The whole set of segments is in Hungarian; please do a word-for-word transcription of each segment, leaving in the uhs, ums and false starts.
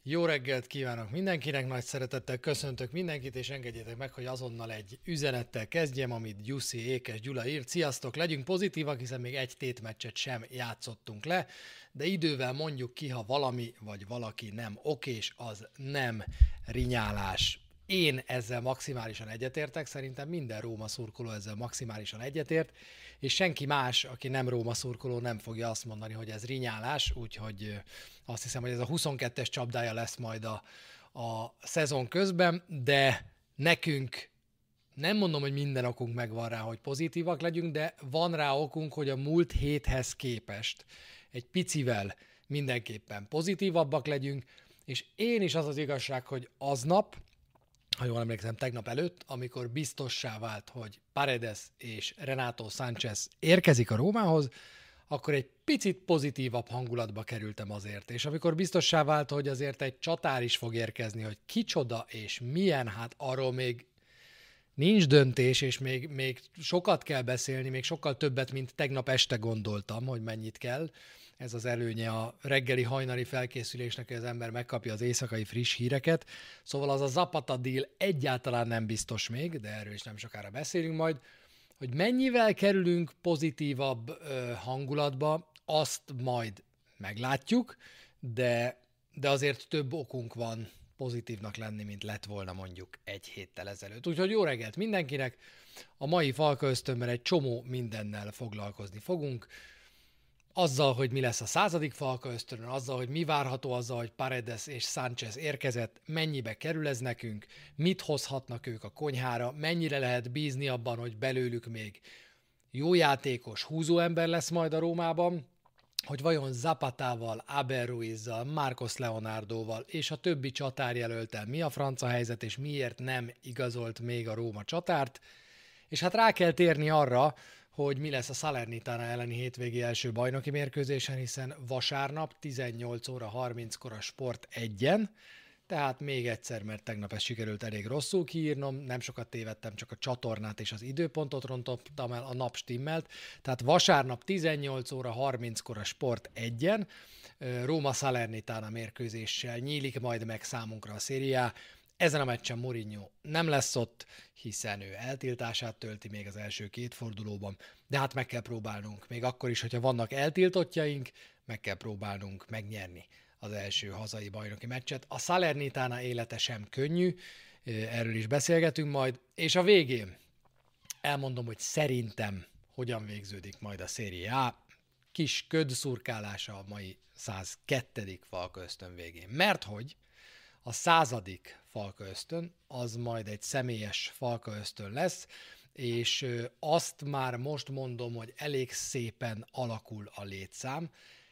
Jó reggelt kívánok mindenkinek, nagy szeretettel köszöntök mindenkit, és engedjétek meg, hogy azonnal egy üzenettel kezdjem, amit Gyuszi Ékes Gyula írt. Sziasztok, legyünk pozitívak, hiszen még egy tétmeccset sem játszottunk le, de idővel mondjuk ki, ha valami vagy valaki nem okés, az nem rinyálás. Én ezzel maximálisan egyetértek, szerintem minden Róma szurkoló ezzel maximálisan egyetért, és senki más, aki nem Róma szurkoló, nem fogja azt mondani, hogy ez rinyálás, úgyhogy azt hiszem, hogy ez a huszonkettes csapdája lesz majd a, a szezon közben, de nekünk nem mondom, hogy minden okunk megvan rá, hogy pozitívak legyünk, de van rá okunk, hogy a múlt héthez képest egy picivel mindenképpen pozitívabbak legyünk, és én is az az igazság, hogy aznap, ha jól emlékszem, tegnap előtt, amikor biztossá vált, hogy Paredes és Renato Sánchez érkezik a Rómához, akkor egy picit pozitívabb hangulatba kerültem azért. És amikor biztossá vált, hogy azért egy csatár is fog érkezni, hogy kicsoda és milyen, hát arról még nincs döntés, és még, még sokat kell beszélni, még sokkal többet, mint tegnap este gondoltam, hogy mennyit kell. Ez az előnye a reggeli hajnali felkészülésnek, hogy az ember megkapja az éjszakai friss híreket. Szóval az a Zapata deal egyáltalán nem biztos még, de erről is nem sokára beszélünk majd. Hogy mennyivel kerülünk pozitívabb ö, hangulatba, azt majd meglátjuk, de, de azért több okunk van pozitívnak lenni, mint lett volna mondjuk egy héttel ezelőtt. Úgyhogy jó reggelt mindenkinek! A mai Falka Ösztönben egy csomó mindennel foglalkozni fogunk. Azzal, hogy mi lesz a századik Falka Ösztönön, azzal, hogy mi várható, azzal, hogy Paredes és Sánchez érkezett, mennyibe kerül ez nekünk, mit hozhatnak ők a konyhára, mennyire lehet bízni abban, hogy belőlük még jó játékos, húzóember lesz majd a Rómában, hogy vajon Zapatával, Abel Ruizzal, Marcos Leonardoval és a többi csatárjelölttel mi a franca helyzet, és miért nem igazolt még a Róma csatárt. És hát rá kell térni arra, hogy mi lesz a Salernitana elleni hétvégi első bajnoki mérkőzésen, hiszen vasárnap tizennyolc óra harminckor a Sport egyen, tehát még egyszer, mert tegnap ezt sikerült elég rosszul kiírnom, nem sokat tévedtem, csak a csatornát és az időpontot rontottam el, a nap stimmelt, tehát vasárnap tizennyolc óra harminckor a Sport egyen, Róma Salernitana mérkőzéssel nyílik majd meg számunkra a Serie A. Ezen a meccsen Mourinho nem lesz ott, hiszen ő eltiltását tölti még az első két fordulóban, de hát meg kell próbálnunk, még akkor is, hogyha vannak eltiltottjaink, meg kell próbálnunk megnyerni az első hazai bajnoki meccset. A Salernitana élete sem könnyű, erről is beszélgetünk majd, és a végén elmondom, hogy szerintem hogyan végződik majd a Serie A. Kis ködszurkálása a mai százkettő. Falka Ösztön végén, mert hogy a századik Falka Ösztön az majd egy személyes Falka Ösztön lesz, és azt már most mondom, hogy elég szépen alakul a létszám.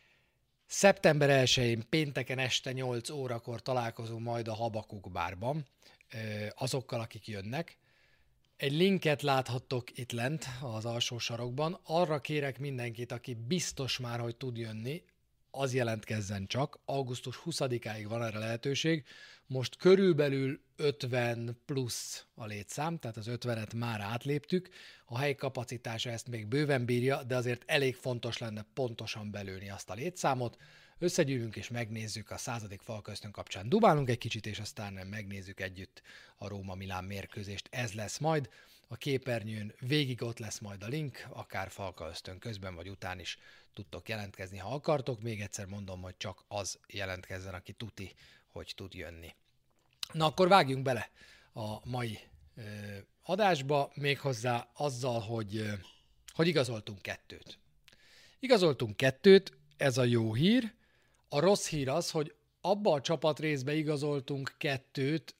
szeptember elsején pénteken este nyolc órakor találkozunk majd a Habakuk bárban, azokkal, akik jönnek. Egy linket láthattok itt lent az alsó sarokban. Arra kérek mindenkit, aki biztos már, hogy tud jönni, az jelentkezzen csak. augusztus huszadikáig van erre lehetőség. Most körülbelül ötven plusz a létszám, tehát az ötvenet már átléptük. A hely kapacitása ezt még bőven bírja, de azért elég fontos lenne pontosan belőni azt a létszámot. Összegyűlünk és megnézzük a századik Falka Ösztön kapcsán. Dubálunk egy kicsit, és aztán megnézzük együtt a Róma-Milán mérkőzést. Ez lesz majd. A képernyőn végig ott lesz majd a link, akár Falka Ösztön közben vagy után is tudtok jelentkezni, ha akartok. Még egyszer mondom, hogy csak az jelentkezzen, aki tuti, hogy tud jönni. Na akkor vágjunk bele a mai ö, adásba, méghozzá azzal, hogy, ö, hogy igazoltunk kettőt. Igazoltunk kettőt, ez a jó hír. A rossz hír az, hogy abba a csapatrészbe igazoltunk kettőt,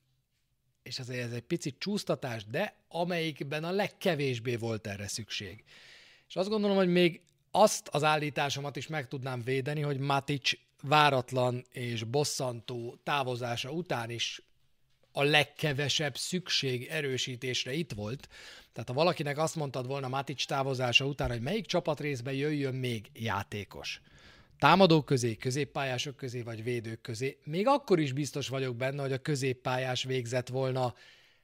és azért ez egy picit csúsztatás, de amelyikben a legkevésbé volt erre szükség. És azt gondolom, hogy még azt az állításomat is meg tudnám védeni, hogy Matic váratlan és bosszantó távozása után is a legkevesebb szükség erősítésre itt volt. Tehát ha valakinek azt mondtad volna Matic távozása után, hogy melyik csapatrészben jöjjön még játékos, támadók közé, középpályások közé vagy védők közé, még akkor is biztos vagyok benne, hogy a középpályás végzett volna,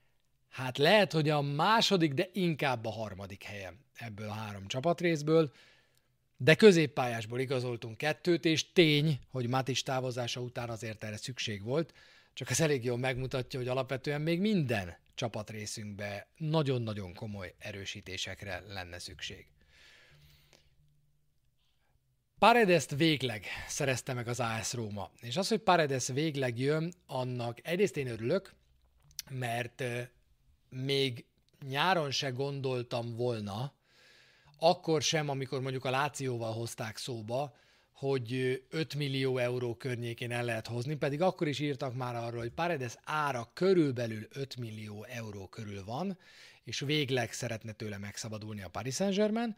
hát lehet, hogy a második, de inkább a harmadik helyen ebből a három csapatrészből. De középpályásból igazoltunk kettőt, és tény, hogy Matic távozása után azért erre szükség volt, csak ez elég jól megmutatja, hogy alapvetően még minden csapatrészünkbe nagyon-nagyon komoly erősítésekre lenne szükség. Paredest végleg szerezte meg az á es Róma, és az, hogy Paredes végleg jön, annak egyrészt én örülök, mert még nyáron se gondoltam volna, akkor sem, amikor mondjuk a Lációval hozták szóba, hogy öt millió euró környékén el lehet hozni, pedig akkor is írtak már arról, hogy Paredes ára körülbelül öt millió euró körül van, és végleg szeretne tőle megszabadulni a Paris Saint-Germain,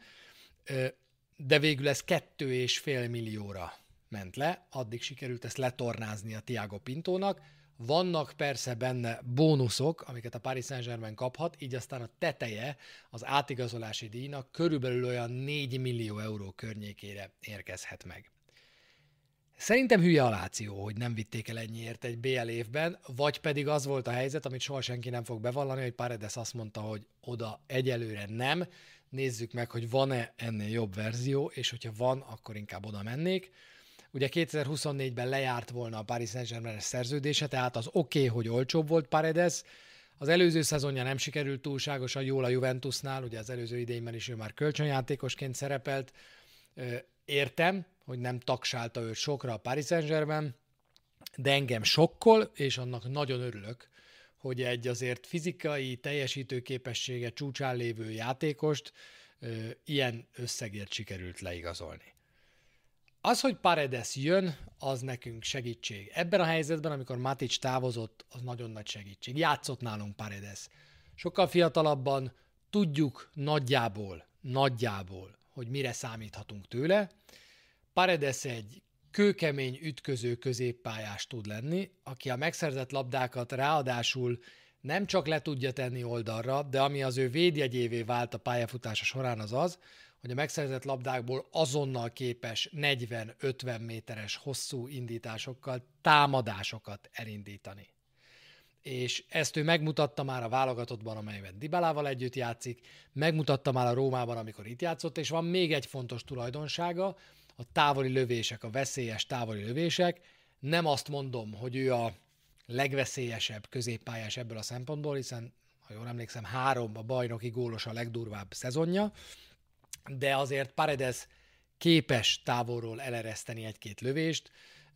de végül ez kettő és fél millióra ment le, addig sikerült ezt letornázni a Thiago Pintónak. Vannak persze benne bónuszok, amiket a Paris Saint-Germain kaphat, így aztán a teteje az átigazolási díjnak körülbelül olyan négy millió euró környékére érkezhet meg. Szerintem hülye a Láció, hogy nem vitték el ennyiért egy bé el évben, vagy pedig az volt a helyzet, amit soha senki nem fog bevallani, hogy Paredes azt mondta, hogy oda egyelőre nem, nézzük meg, hogy van-e ennél jobb verzió, és hogyha van, akkor inkább oda mennék. Ugye kétezer-huszonnégyben lejárt volna a Paris Saint-Germain szerződése, tehát az oké, okay, hogy olcsóbb volt Paredes. Az előző szezonja nem sikerült túlságosan jól a Juventusnál, ugye az előző idényben is ő már kölcsönjátékosként szerepelt. Értem, hogy nem tagsálta őt sokra a Paris Saint-Germain, de engem sokkol, és annak nagyon örülök, hogy egy azért fizikai teljesítőképessége csúcsán lévő játékost ö, ilyen összegért sikerült leigazolni. Az, hogy Paredes jön, az nekünk segítség. Ebben a helyzetben, amikor Matic távozott, az nagyon nagy segítség. Játszott nálunk Paredes. Sokkal fiatalabban tudjuk nagyjából, nagyjából, hogy mire számíthatunk tőle. Paredes egy kőkemény ütköző középpályás tud lenni, aki a megszerzett labdákat ráadásul nem csak le tudja tenni oldalra, de ami az ő védjegyévé vált a pályafutása során az az, hogy a megszerzett labdákból azonnal képes negyven-ötven méteres hosszú indításokkal támadásokat elindítani. És ezt ő megmutatta már a válogatottban, amelyben Dybalával együtt játszik, megmutatta már a Rómában, amikor itt játszott, és van még egy fontos tulajdonsága, a távoli lövések, a veszélyes távoli lövések. Nem azt mondom, hogy ő a legveszélyesebb középpályás ebből a szempontból, hiszen, ha jól emlékszem, három a bajnoki gólos a legdurvább szezonja, de azért Paredes képes távolról elereszteni egy-két lövést.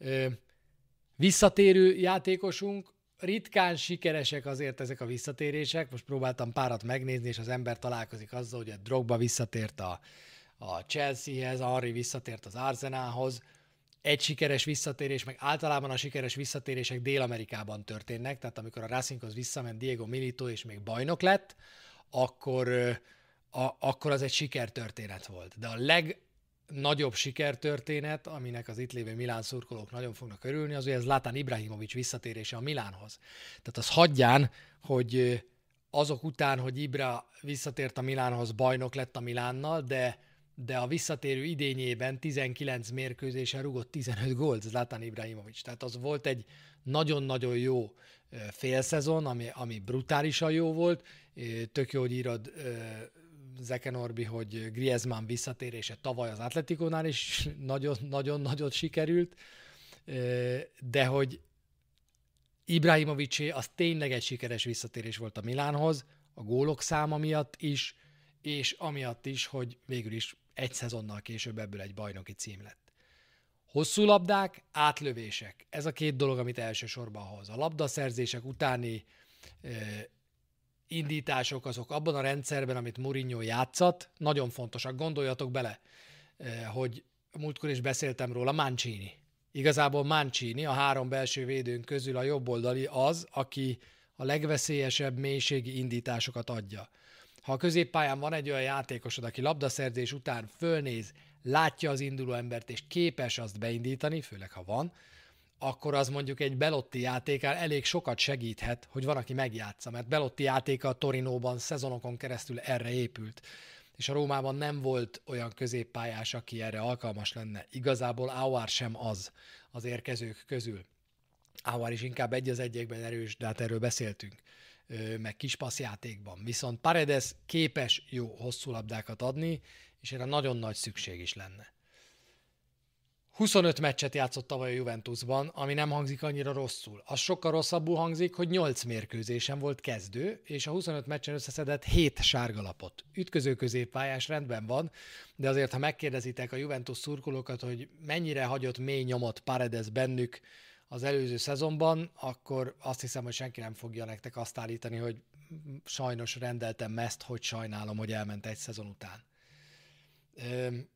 Visszatérő játékosunk, ritkán sikeresek azért ezek a visszatérések, most próbáltam párat megnézni, és az ember találkozik azzal, hogy a Drogba visszatért a, a Chelseahez, a Henry visszatért az Arsenalhoz. Egy sikeres visszatérés, meg általában a sikeres visszatérések Dél-Amerikában történnek, tehát amikor a Racinghoz visszament Diego Milito, és még bajnok lett, akkor, a, akkor az egy sikertörténet volt. De a legnagyobb sikertörténet, aminek az itt lévő Milán szurkolók nagyon fognak örülni, az ugye Zlatan Ibrahimovic visszatérése a Milánhoz. Tehát az hagyján, hogy azok után, hogy Ibra visszatért a Milánhoz, bajnok lett a Milánnal, de de a visszatérő idényében tizenkilenc mérkőzésen rúgott tizenöt gólt Zlatan Ibrahimovic. Tehát az volt egy nagyon-nagyon jó félszezon, ami, ami brutálisan jó volt. Tök jó, hogy írod Zeke Norbi, hogy Griezmann visszatérése tavaly az Atleticónál is nagyon-nagyon nagyot sikerült, de hogy Ibrahimovicé az tényleg egy sikeres visszatérés volt a Milánhoz, a gólok száma miatt is, és amiatt is, hogy végül is egy szezonnal később ebből egy bajnoki cím lett. Hosszú labdák, átlövések. Ez a két dolog, amit elsősorban hoz. A labdaszerzések utáni e, indítások azok abban a rendszerben, amit Mourinho játszat, nagyon fontosak. Gondoljatok bele, e, hogy múltkor is beszéltem róla, Mancini. Igazából Mancini, a három belső védőnk közül a jobboldali az, aki a legveszélyesebb mélységi indításokat adja. Ha a középpályán van egy olyan játékosod, aki labdaszerzés után fölnéz, látja az induló embert, és képes azt beindítani, főleg ha van, akkor az mondjuk egy Belotti játékán elég sokat segíthet, hogy van, aki megjátsza, mert Belotti játéka a Torinóban szezonokon keresztül erre épült, és a Rómában nem volt olyan középpályás, aki erre alkalmas lenne. Igazából Aouar sem az az érkezők közül. Aouar is inkább egy az egyekben erős, de hát erről beszéltünk, meg kis passzjátékban. Viszont Paredes képes jó hosszú labdákat adni, és erre nagyon nagy szükség is lenne. huszonöt meccset játszott tavaly a Juventusban, ami nem hangzik annyira rosszul. Az sokkal rosszabbul hangzik, hogy nyolc mérkőzésen volt kezdő, és a huszonöt meccsen összeszedett hét sárgalapot. Ütköző középpályás rendben van, de azért, ha megkérdezitek a Juventus szurkolókat, hogy mennyire hagyott mély nyomot Paredes bennük az előző szezonban, akkor azt hiszem, hogy senki nem fogja nektek azt állítani, hogy sajnos rendeltem Messt, hogy sajnálom, hogy elment egy szezon után. Üm,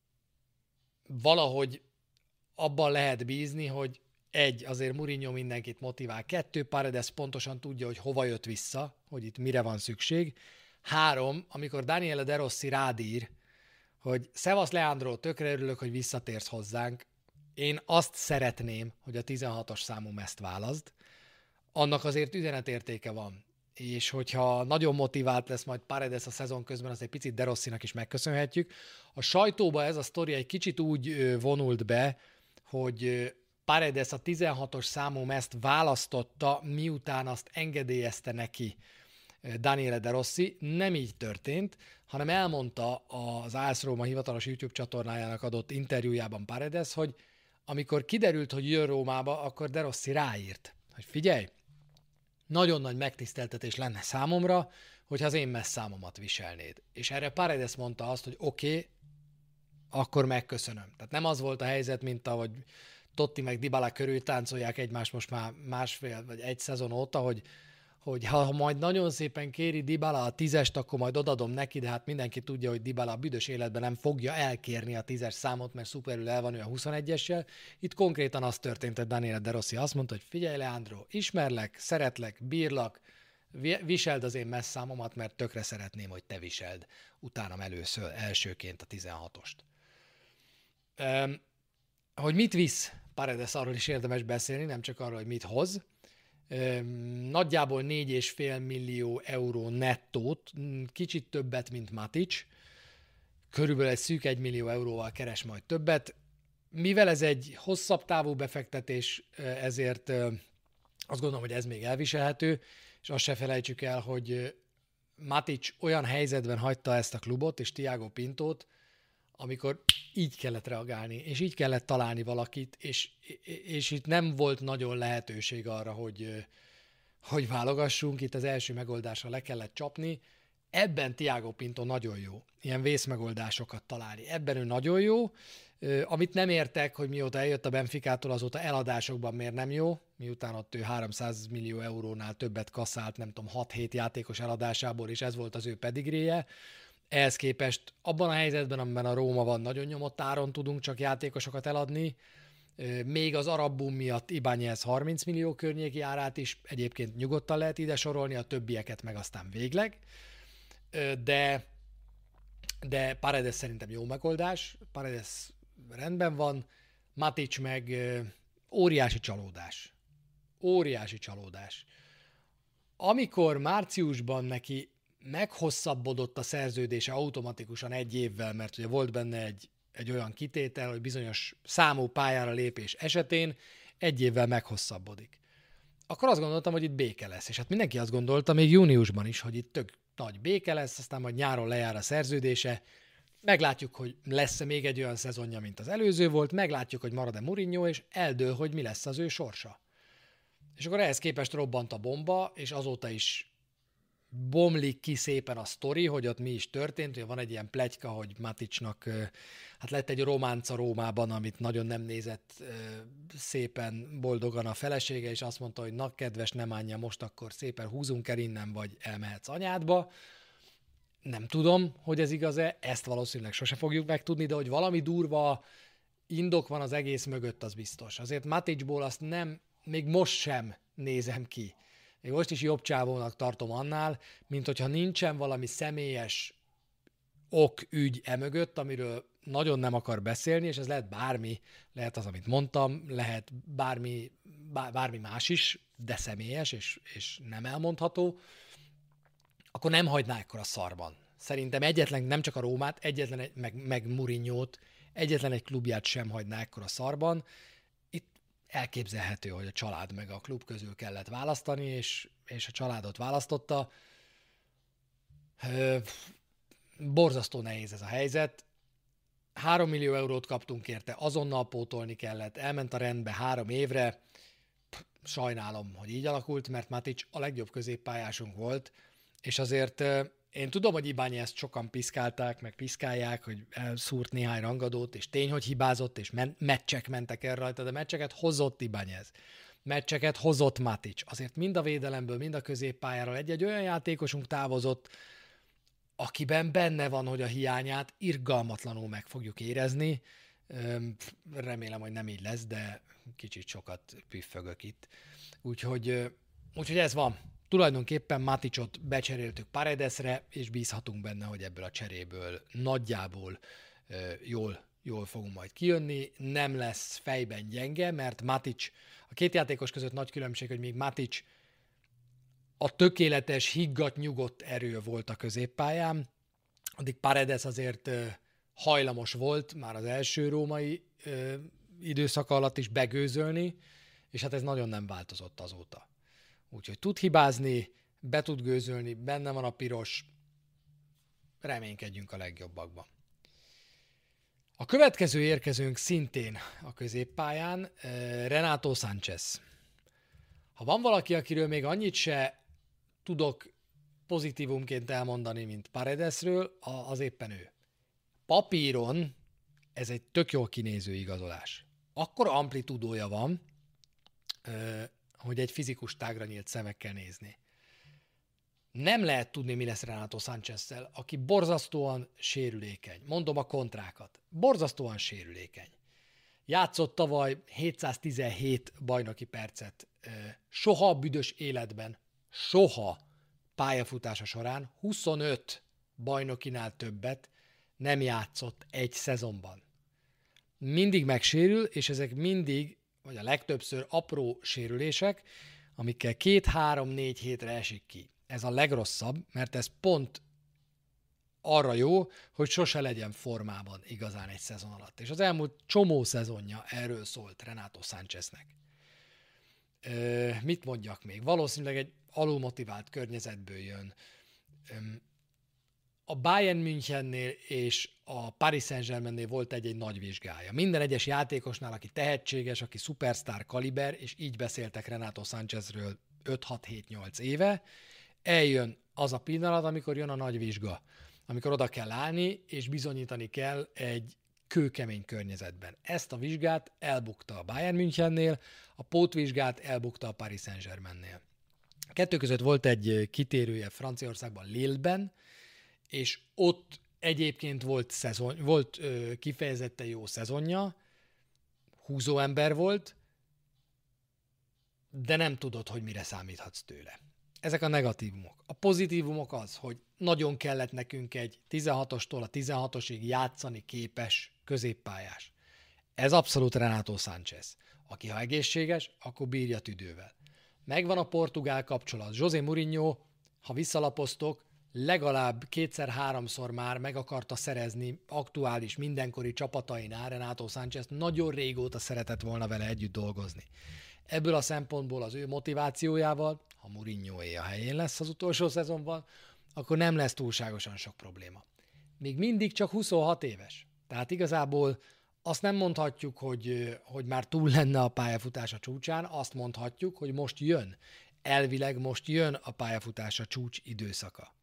valahogy abban lehet bízni, hogy egy, azért Mourinho mindenkit motivál, kettő, Paredes pontosan tudja, hogy hova jött vissza, hogy itt mire van szükség, három, amikor Daniele De Rossi rádír, hogy szevasz Leandro, tökre örülök, hogy visszatérsz hozzánk, én azt szeretném, hogy a tizenhatos számú Messt válaszd, annak azért üzenetértéke van, és hogyha nagyon motivált lesz majd Paredes a szezon közben, azt egy picit De Rossinak is megköszönhetjük. A sajtóba ez a sztori egy kicsit úgy vonult be, hogy Paredes a tizenhatos számú Messt választotta, miután azt engedélyezte neki Daniele De Rossi. Nem így történt, hanem elmondta az á es Róma hivatalos YouTube csatornájának adott interjújában Paredes, hogy amikor kiderült, hogy jön Rómába, akkor De Rossi ráírt, hogy figyelj, nagyon nagy megtiszteltetés lenne számomra, hogyha az én messzámomat viselnéd. És erre Paredes mondta azt, hogy oké, okay, akkor megköszönöm. Tehát nem az volt a helyzet, mint ahogy Totti meg Dybala körül táncolják egymást most már másfél vagy egy szezon óta, hogy, hogy ha majd nagyon szépen kéri Dybala a tízest, akkor majd odadom neki, de hát mindenki tudja, hogy Dybala a büdös életben nem fogja elkérni a tízes számot, mert szuperül el van ő a huszonegyessel. Itt konkrétan az történt, hogy Daniele De Rossi azt mondta, hogy figyelj Leandro, ismerlek, szeretlek, bírlak, viseld az én messzámomat, mert tökre szeretném, hogy te viseld utánam először, elsőként a tizenhatost. Um, hogy mit visz Paredes, arról is érdemes beszélni, nem csak arról, hogy mit hoz. Um, nagyjából négy és fél millió euró nettót, kicsit többet, mint Matic, körülbelül egy szűk egy millió euróval keres majd többet. Mivel ez egy hosszabb távú befektetés, ezért azt gondolom, hogy ez még elviselhető, és azt se felejtsük el, hogy Matic olyan helyzetben hagyta ezt a klubot, és Thiago Pintót, amikor így kellett reagálni, és így kellett találni valakit, és, és itt nem volt nagyon lehetőség arra, hogy, hogy válogassunk, itt az első megoldásra le kellett csapni. Ebben Thiago Pinto nagyon jó, ilyen vészmegoldásokat találni. Ebben ő nagyon jó, amit nem értek, hogy mióta eljött a Benficától, azóta eladásokban miért nem jó, miután ott ő háromszáz millió eurónál többet kaszált, nem tudom, hat-hét játékos eladásából, és ez volt az ő pedigréje. Ehhez képest abban a helyzetben, amiben a Róma van, nagyon nyomott áron tudunk csak játékosokat eladni, még az arab boom miatt Ibáñez harminc millió környéki árát is egyébként nyugodtan lehet ide sorolni, a többieket meg aztán végleg, de, de Paredes szerintem jó megoldás, Paredes rendben van, Matic meg óriási csalódás. Óriási csalódás. Amikor márciusban neki meghosszabbodott a szerződése automatikusan egy évvel, mert ugye volt benne egy, egy olyan kitétel, hogy bizonyos számú pályára lépés esetén egy évvel meghosszabbodik. Akkor azt gondoltam, hogy itt béke lesz. És hát mindenki azt gondolta, még júniusban is, hogy itt tök nagy béke lesz, aztán majd nyáron lejár a szerződése. Meglátjuk, hogy lesz-e még egy olyan szezonja, mint az előző volt, meglátjuk, hogy marad-e Mourinho, és eldől, hogy mi lesz az ő sorsa. És akkor ehhez képest robbant a bomba, és azóta is bomlik ki szépen a sztori, hogy ott mi is történt. Ugye van egy ilyen pletyka, hogy Maticnak hát lett egy románca Rómában, amit nagyon nem nézett szépen boldogan a felesége, és azt mondta, hogy na kedves, nem ánja, most akkor szépen húzunk el innen, vagy elmehetsz anyádba. Nem tudom, hogy ez igaz-e, ezt valószínűleg sose fogjuk megtudni, de hogy valami durva indok van az egész mögött, az biztos. Azért Maticból azt nem, még most sem nézem ki. Még most is jobb csávónak tartom annál, mint hogyha nincsen valami személyes ok, ügy emögött, amiről nagyon nem akar beszélni, és ez lehet bármi, lehet az, amit mondtam, lehet bármi, bármi más is, de személyes, és, és nem elmondható, akkor nem hagyná ekkor a szarban. Szerintem egyetlen, nem csak a Rómát, egyetlen egy, meg, meg Mourinhót, egyetlen egy klubját sem hagyná ekkor a szarban. Itt elképzelhető, hogy a család meg a klub közül kellett választani, és, és a családot választotta. Borzasztó nehéz ez a helyzet. három millió eurót kaptunk érte, azonnal pótolni kellett, elment a rendbe három évre. Sajnálom, hogy így alakult, mert Matic a legjobb középpályásunk volt, és azért én tudom, hogy Ibáñezt sokan piszkálták, meg piszkálják, hogy elszúrt néhány rangadót, és tény, hogy hibázott, és men- meccsek mentek el rajta, de meccseket hozott Ibáñez. Meccseket hozott Matic. Azért mind a védelemből, mind a középpályáról egy-egy olyan játékosunk távozott, akiben benne van, hogy a hiányát irgalmatlanul meg fogjuk érezni. Remélem, hogy nem így lesz, de kicsit sokat püffögök itt. Úgyhogy, úgyhogy ez van. Tulajdonképpen Maticot becseréltük Paredesre, és bízhatunk benne, hogy ebből a cseréből nagyjából jól, jól fogunk majd kijönni. Nem lesz fejben gyenge, mert Matic, a két játékos között nagy különbség, hogy még Matic a tökéletes, higgadt, nyugodt erő volt a középpályán, addig Paredes azért hajlamos volt már az első római ö, időszaka alatt is begőzölni, és hát ez nagyon nem változott azóta. Úgyhogy tud hibázni, be tud gőzölni, benne van a piros, reménykedjünk a legjobbakban. A következő érkezőnk szintén a középpályán, Renato Sánchez. Ha van valaki, akiről még annyit se tudok pozitívumként elmondani, mint Paredesről, az éppen ő. Papíron ez egy tök jól kinéző igazolás. Akkor amplitudója van, hogy egy fizikus tágra nyílt szemekkel nézni. Nem lehet tudni, mi lesz Renato Sánchezzel, aki borzasztóan sérülékeny. Mondom a kontrákat. Borzasztóan sérülékeny. Játszott tavaly hétszáztizenhét bajnoki percet. Soha a büdös életben, soha pályafutása során huszonöt bajnokinál többet nem játszott egy szezonban. Mindig megsérül, és ezek mindig, vagy a legtöbbször apró sérülések, amikkel két-három-négy hétre esik ki. Ez a legrosszabb, mert ez pont arra jó, hogy sose legyen formában igazán egy szezon alatt. És az elmúlt csomó szezonja erről szólt Renato Sáncheznek. Ö, mit mondjak még? Valószínűleg egy alulmotivált környezetből jön. Ö, a Bayern Münchennél és a Paris Saint-Germainnél volt egy-egy nagy vizsgája. Minden egyes játékosnál, aki tehetséges, aki szupersztár kaliber, és így beszéltek Renato Sánchezről öt-hat-hét-nyolc éve, eljön az a pillanat, amikor jön a nagy vizsga, amikor oda kell állni, és bizonyítani kell egy kőkemény környezetben. Ezt a vizsgát elbukta a Bayern Münchennél, a pótvizsgát elbukta a Paris Saint-Germainnél. A kettő között volt egy kitérője Franciaországban, Lille-ben, és ott egyébként volt, szezon, volt ö, kifejezetten jó szezonja, húzó ember volt, de nem tudod, hogy mire számíthatsz tőle. Ezek a negatívumok. A pozitívumok az, hogy nagyon kellett nekünk egy tizenhatostól a tizenhatosig játszani képes középpályás. Ez abszolút Renato Sánchez, aki ha egészséges, akkor bírja tüdővel. Megvan a portugál kapcsolat. José Mourinho, ha visszalapoztok, legalább kétszer-háromszor már meg akarta szerezni aktuális mindenkori csapatainál Renato Sánchez, nagyon régóta szeretett volna vele együtt dolgozni. Ebből a szempontból az ő motivációjával, ha Mourinhoé a helyén lesz az utolsó szezonban, akkor nem lesz túlságosan sok probléma. Még mindig csak huszonhat éves. Tehát igazából azt nem mondhatjuk, hogy, hogy már túl lenne a pályafutása csúcsán, azt mondhatjuk, hogy most jön. Elvileg most jön a pályafutása csúcs időszaka.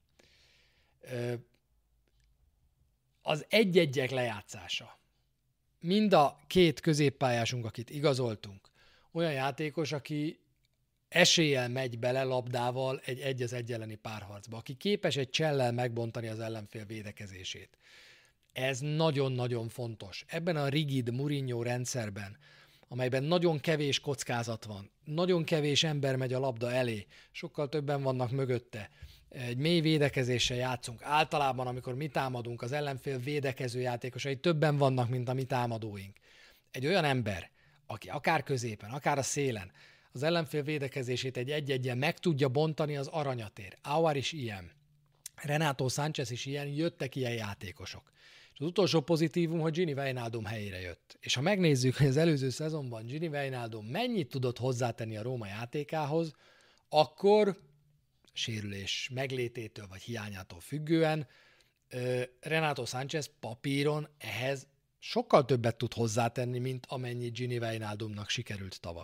Az egy-egyek lejátszása. Mind a két középpályásunk, akit igazoltunk, olyan játékos, aki eséllyel megy bele labdával egy egy az egy elleni párharcba, aki képes egy csellel megbontani az ellenfél védekezését. Ez nagyon-nagyon fontos. Ebben a rigid Mourinho rendszerben, amelyben nagyon kevés kockázat van, nagyon kevés ember megy a labda elé, sokkal többen vannak mögötte, egy mély védekezéssel játszunk. Általában, amikor mi támadunk, az ellenfél védekező játékosai többen vannak, mint a mi támadóink. Egy olyan ember, aki akár középen, akár a szélen az ellenfél védekezését egy egy-egyen meg tudja bontani, az aranyatér. Aouar is ilyen. Renato Sánchez is ilyen, jöttek ilyen játékosok. És az utolsó pozitívum, hogy Gini Wijnaldum helyére jött. És ha megnézzük, hogy az előző szezonban Gini Wijnaldum mennyit tudott hozzátenni a Róma játékához, akkor sérülés meglététől vagy hiányától függően Renato Sánchez papíron ehhez sokkal többet tud hozzátenni, mint amennyi Gini Wijnaldumnak sikerült tavaly.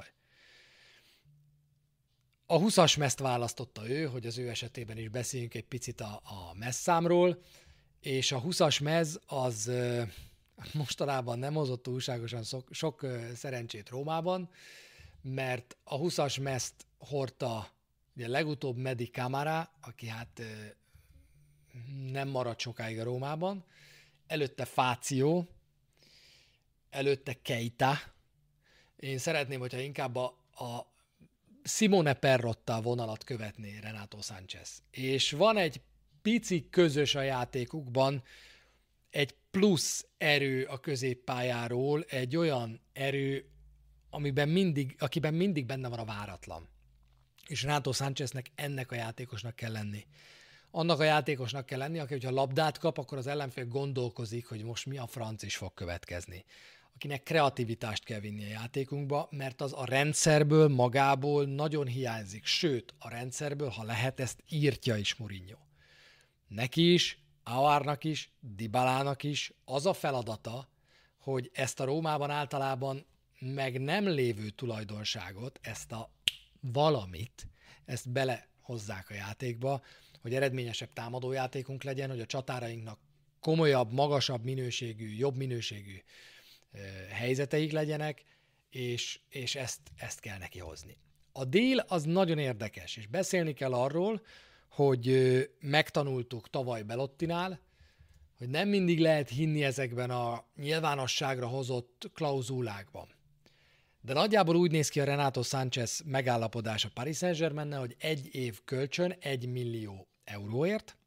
A húszas mezt választotta ő, hogy az ő esetében is beszéljünk egy picit a, a messzámról, és a húszas mez az mostanában nem hozott túlságosan sok, sok szerencsét Rómában, mert a húszas mezt hordta ugye legutóbb Medi Camara, aki hát nem maradt sokáig a Rómában, előtte Fáció, előtte Keita. Én szeretném, hogyha inkább a, a Simone Perrotta vonalat követné Renato Sánchez. És van egy pici közös a játékukban, egy plusz erő a középpályáról, egy olyan erő, amiben mindig, akiben mindig benne van a váratlan. És Renato Sáncheznek ennek a játékosnak kell lenni. Annak a játékosnak kell lenni, aki, hogyha labdát kap, akkor az ellenfél gondolkozik, hogy most mi a franc is fog következni. Akinek kreativitást kell vinni a játékunkba, mert az a rendszerből, magából nagyon hiányzik. Sőt, a rendszerből, ha lehet, ezt írtja is Mourinho. Neki is, Aouarnak is, Dybalának is az a feladata, hogy ezt a Rómában általában meg nem lévő tulajdonságot, ezt a valamit, ezt belehozzák a játékba, hogy eredményesebb támadójátékunk legyen, hogy a csatárainknak komolyabb, magasabb minőségű, jobb minőségű helyzeteik legyenek, és, és ezt, ezt kell neki hozni. A dél az nagyon érdekes, és beszélni kell arról, hogy megtanultuk tavaly Belottinál, hogy nem mindig lehet hinni ezekben a nyilvánosságra hozott klauzulákban. De nagyjából úgy néz ki a Renato Sánchez megállapodás a Paris Saint-Germain-nel, hogy egy év kölcsön egy millió euróért,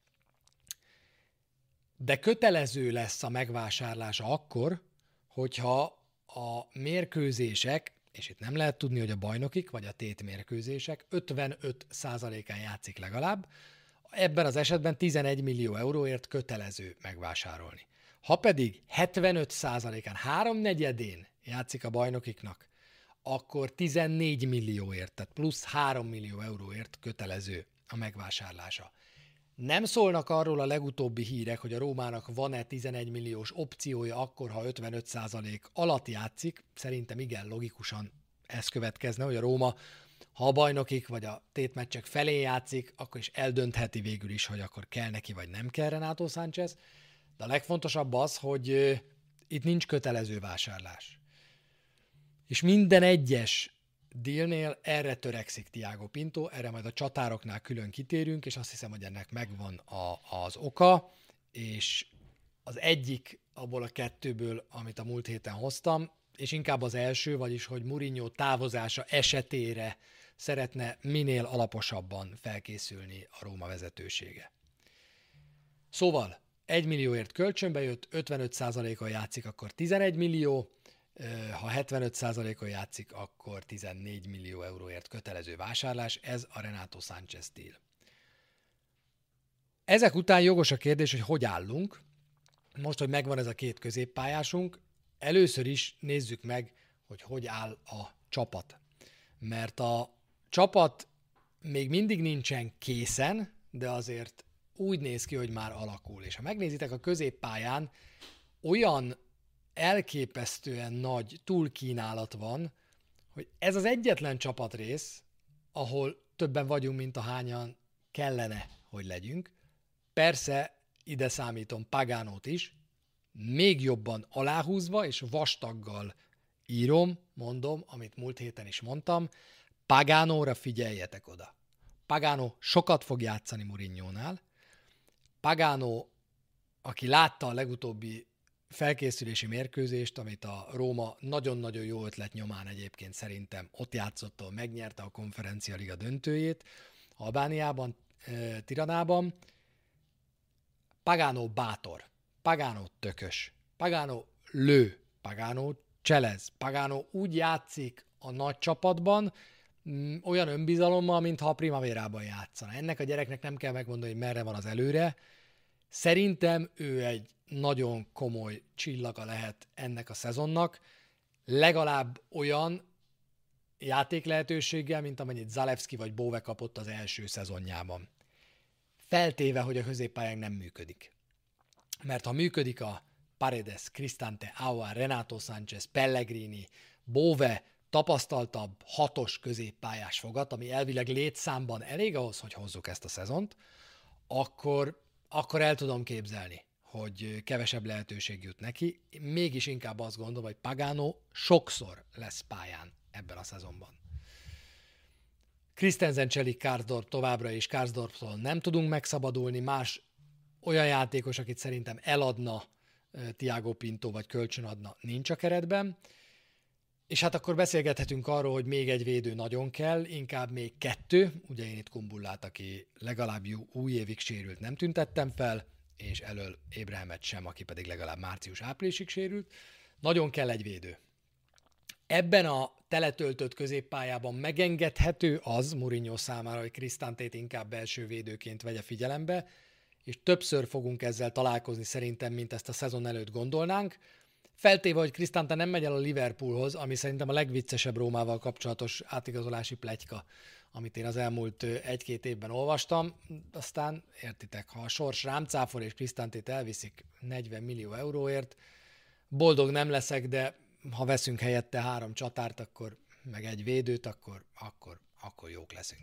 de kötelező lesz a megvásárlása akkor, hogyha a mérkőzések, és itt nem lehet tudni, hogy a bajnokik vagy a tétmérkőzések ötvenöt százalékán játszik legalább, ebben az esetben tizenegy millió euróért kötelező megvásárolni. Ha pedig hetvenöt százalékán, háromnegyedén játszik a bajnokiknak, akkor tizennégy millióért, tehát plusz három millió euróért kötelező a megvásárlása. Nem szólnak arról a legutóbbi hírek, hogy a Rómának van-e tizenegy milliós opciója akkor, ha ötvenöt százalék alatt játszik. Szerintem igen, logikusan ez következne, hogy a Róma, ha a bajnokik vagy a tétmeccsek felé játszik, akkor is eldöntheti végül is, hogy akkor kell neki vagy nem kell Renato Sánchez. De a legfontosabb az, hogy itt nincs kötelező vásárlás. És minden egyes dealnél erre törekszik Thiago Pinto, erre majd a csatároknál külön kitérünk, és azt hiszem, hogy ennek megvan a, az oka, és az egyik abból a kettőből, amit a múlt héten hoztam, és inkább az első, vagyis, hogy Mourinho távozása esetére szeretne minél alaposabban felkészülni a Róma vezetősége. Szóval egy millióért kölcsönbe jött, ötvenöt százalékon játszik, akkor tizenegy millió, ha hetvenöt százalékon játszik, akkor tizennégy millió euróért kötelező vásárlás, ez a Renato Sánchez deal. Ezek után jogos a kérdés, hogy hogy állunk. Most, hogy megvan ez a két középpályásunk, először is nézzük meg, hogy hogy áll a csapat. Mert a csapat még mindig nincsen készen, de azért úgy néz ki, hogy már alakul. És ha megnézitek a középpályán, olyan elképesztően nagy túlkínálat van, hogy ez az egyetlen csapatrész, ahol többen vagyunk, mint ahányan kellene, hogy legyünk. Persze ide számítom Pagánót is, még jobban aláhúzva és vastaggal írom, mondom, amit múlt héten is mondtam, Pagánóra figyeljetek oda. Pagano sokat fog játszani Mourinhónál. Pagano, aki látta a legutóbbi felkészülési mérkőzést, amit a Róma nagyon-nagyon jó ötlet nyomán egyébként szerintem ott játszott, megnyerte a Konferencia Liga döntőjét Albániában, Tiranában. Pagano bátor, Pagano tökös, Pagano lő, Pagano cselez, Pagano úgy játszik a nagy csapatban, olyan önbizalommal, mintha a Primaverában játszana. Ennek a gyereknek nem kell megmondani, hogy merre van az előre. Szerintem ő egy nagyon komoly csillaga lehet ennek a szezonnak, legalább olyan játék lehetőséggel, mint amennyit Zalewski vagy Bove kapott az első szezonjában. Feltéve, hogy a középpályán nem működik. Mert ha működik a Paredes, Cristante, Aouar, Renato Sánchez, Pellegrini, Bove, tapasztaltabb hatos középpályás fogat, ami elvileg létszámban elég ahhoz, hogy hozzuk ezt a szezont, akkor, akkor el tudom képzelni, hogy kevesebb lehetőség jut neki. Mégis inkább azt gondolom, hogy Pagano sokszor lesz pályán ebben a szezonban. Christensen, Cselik, Karsdorp továbbra is, Karsdorptól nem tudunk megszabadulni, más olyan játékos, akit szerintem eladna Thiago Pinto, vagy kölcsönadna, nincs a keretben. És hát akkor beszélgethetünk arról, hogy még egy védő nagyon kell, inkább még kettő, ugye én itt Kumbullát, aki legalább új évig sérült, nem tüntettem fel, és elől Ébrehemet sem, aki pedig legalább március-áprilisig sérült. Nagyon kell egy védő. Ebben a teletöltött középpályában megengedhető az Mourinho számára, hogy Cristantét inkább belső védőként vegye figyelembe, és többször fogunk ezzel találkozni szerintem, mint ezt a szezon előtt gondolnánk. Feltéve, hogy Cristante nem megy el a Liverpoolhoz, ami szerintem a legviccesebb Rómával kapcsolatos átigazolási pletyka, amit én az elmúlt egy-két évben olvastam. Aztán értitek, ha a sors rám cáfol és Cristantét elviszik negyven millió euróért, boldog nem leszek, de ha veszünk helyette három csatárt, akkor meg egy védőt, akkor, akkor, akkor jók leszünk.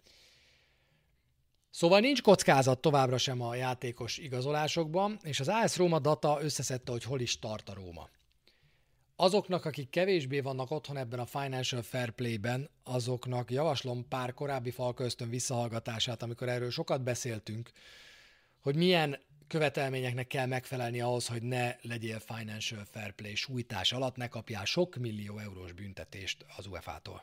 Szóval nincs kockázat továbbra sem a játékos igazolásokban, és az á es Róma data összeszedte, hogy hol is tart a Róma. Azoknak, akik kevésbé vannak otthon ebben a Financial Fair Play-ben, azoknak javaslom pár korábbi Falka Ösztön visszahallgatását, amikor erről sokat beszéltünk, hogy milyen követelményeknek kell megfelelni ahhoz, hogy ne legyél Financial Fair Play sújtás alatt, ne kapjál sok millió eurós büntetést az u e fá-tól.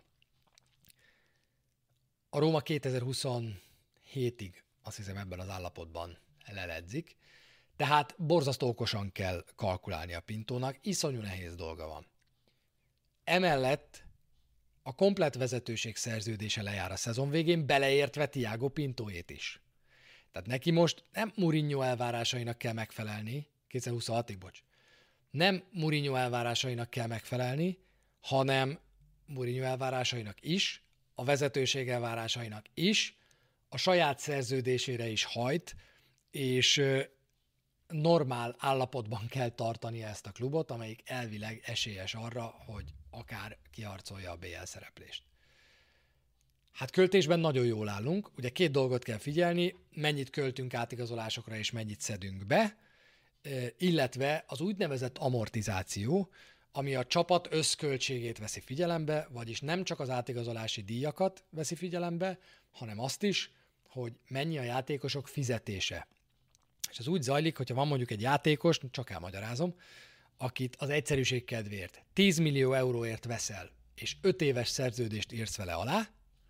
A Róma kétezer-huszonhétig azt hiszem ebben az állapotban leledzik, tehát borzasztó okosan kell kalkulálni a Pintónak, iszonyú nehéz dolga van. Emellett a komplett vezetőség szerződése lejár a szezon végén, beleértve Thiago Pintóét is. Tehát neki most nem Mourinho elvárásainak kell megfelelni, kétezer-huszonhatig, bocs, nem Mourinho elvárásainak kell megfelelni, hanem Mourinho elvárásainak is, a vezetőség elvárásainak is, a saját szerződésére is hajt, és normál állapotban kell tartani ezt a klubot, amelyik elvileg esélyes arra, hogy akár kiharcolja a bé el szereplést. Hát költésben nagyon jól állunk, ugye két dolgot kell figyelni, mennyit költünk átigazolásokra és mennyit szedünk be, illetve az úgynevezett amortizáció, ami a csapat összköltségét veszi figyelembe, vagyis nem csak az átigazolási díjakat veszi figyelembe, hanem azt is, hogy mennyi a játékosok fizetése. És ez úgy zajlik, hogyha van mondjuk egy játékos, csak elmagyarázom, akit az egyszerűség kedvéért tíz millió euróért veszel, és öt éves szerződést írsz vele alá,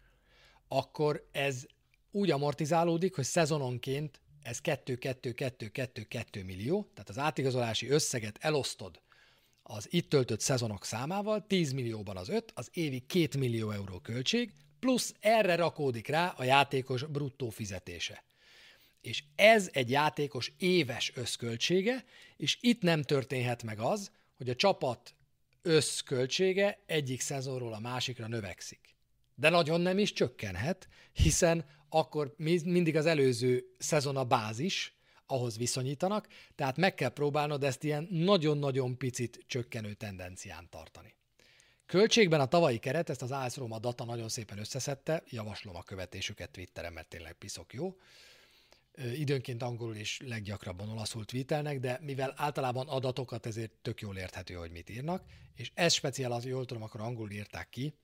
akkor ez úgy amortizálódik, hogy szezononként ez kettő kettő kettő kettő kettő millió, tehát az átigazolási összeget elosztod az itt töltött szezonok számával, tíz millióban az öt, az évi két millió euró költség, plusz erre rakódik rá a játékos bruttó fizetése. És ez egy játékos éves összköltsége, és itt nem történhet meg az, hogy a csapat összköltsége egyik szezonról a másikra növekszik. De nagyon nem is csökkenhet, hiszen akkor mindig az előző szezon a bázis, ahhoz viszonyítanak, tehát meg kell próbálnod ezt ilyen nagyon-nagyon picit csökkenő tendencián tartani. Költségben a tavalyi keret, ezt az á es Róma data nagyon szépen összeszedte, javaslom a követésüket Twitteren, mert tényleg piszok jó. Időnként angolul és leggyakrabban olaszul tweetelnek, de mivel általában adatokat, ezért tök jól érthető, hogy mit írnak, és ez speciál, az jól tudom, akkor angolul írták ki.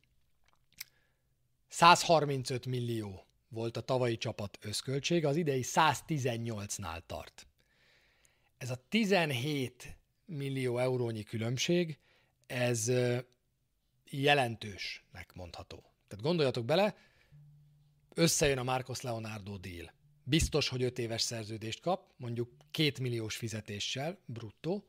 százharmincöt millió volt a tavalyi csapat összköltsége, az idei száztizennyolcnál tart. Ez a tizenhét millió eurónyi különbség, ez jelentősnek mondható. Tehát gondoljatok bele, összejön a Marcos Leonardo deal. Biztos, hogy öt éves szerződést kap, mondjuk két milliós fizetéssel, bruttó,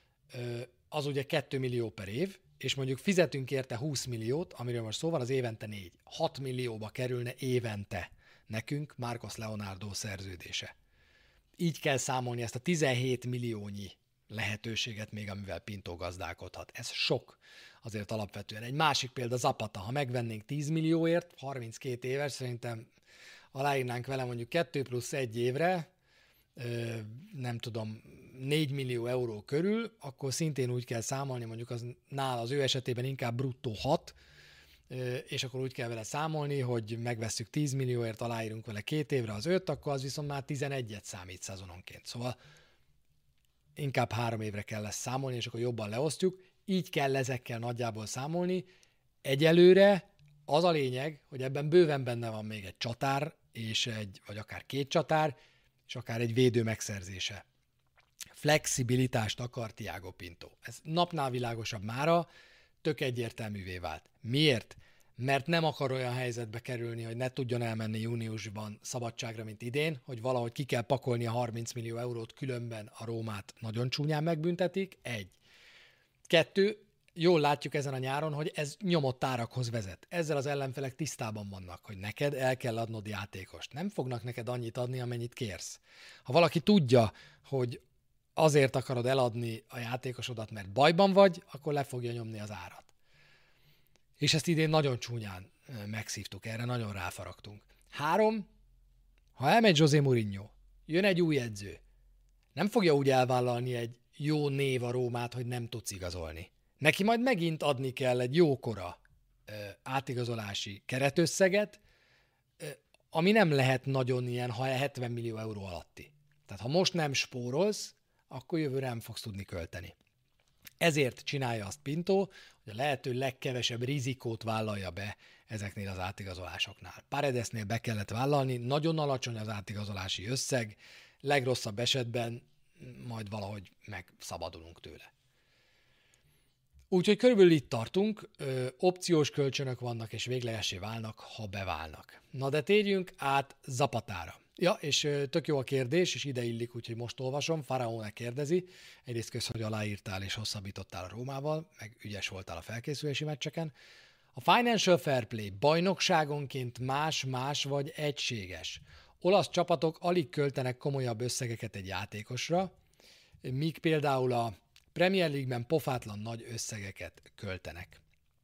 az ugye két millió per év, és mondjuk fizetünk érte húsz milliót, amiről most szó van, az évente négy. hat millióba kerülne évente nekünk Marcos Leonardo szerződése. Így kell számolni ezt a tizenhét milliónyi lehetőséget még, amivel Pinto gazdálkodhat. Ez sok azért alapvetően. Egy másik példa Zapata, ha megvennénk tíz millióért, harminckét éves, szerintem aláírnánk vele mondjuk kettő plusz egy évre, nem tudom, négy millió euró körül, akkor szintén úgy kell számolni, mondjuk az nála az ő esetében inkább bruttó hat, és akkor úgy kell vele számolni, hogy megvesszük tíz millióért, aláírunk vele két évre az öt, akkor az viszont már tizenegyet számít szezononként. Szóval inkább három évre kell lesz számolni, és akkor jobban leosztjuk. Így kell ezekkel nagyjából számolni. Egyelőre az a lényeg, hogy ebben bőven benne van még egy csatár, és egy, vagy akár két csatár, és akár egy védő megszerzése. Flexibilitást akar Thiago Pinto. Ez napnál világosabb mára, tök egyértelművé vált. Miért? Mert nem akar olyan helyzetbe kerülni, hogy ne tudjon elmenni júniusban szabadságra, mint idén, hogy valahogy ki kell pakolni a harminc millió eurót, különben a Rómát nagyon csúnyán megbüntetik. Egy. Kettő, jól látjuk ezen a nyáron, hogy ez nyomott árakhoz vezet. Ezzel az ellenfelek tisztában vannak, hogy neked el kell adnod játékost. Nem fognak neked annyit adni, amennyit kérsz. Ha valaki tudja, hogy azért akarod eladni a játékosodat, mert bajban vagy, akkor le fogja nyomni az árat. És ezt idén nagyon csúnyán megszívtuk, erre nagyon ráfaragtunk. Három, ha elmegy José Mourinho, jön egy új edző, nem fogja úgy elvállalni egy jó név a Rómát, hogy nem tudsz igazolni. Neki majd megint adni kell egy jókora ö, átigazolási keretösszeget, ö, ami nem lehet nagyon ilyen, ha hetven millió euró alatti. Tehát ha most nem spórolsz, akkor jövőre nem fogsz tudni költeni. Ezért csinálja azt Pinto, hogy a lehető legkevesebb rizikót vállalja be ezeknél az átigazolásoknál. Paredesnél be kellett vállalni, nagyon alacsony az átigazolási összeg, legrosszabb esetben majd valahogy megszabadulunk tőle. Úgyhogy körülbelül itt tartunk, ö, opciós kölcsönök vannak, és véglegessé válnak, ha beválnak. Na de térjünk át Zapatára. Ja, és ö, tök jó a kérdés, és ide illik, úgyhogy most olvasom. Faraónak kérdezi, egyrészt kösz, hogy aláírtál és hosszabbítottál a Rómával, meg ügyes voltál a felkészülési meccseken. A Financial Fair Play bajnokságonként más-más vagy egységes. Olasz csapatok alig költenek komolyabb összegeket egy játékosra, míg például a Premier League-ben pofátlan nagy összegeket költenek.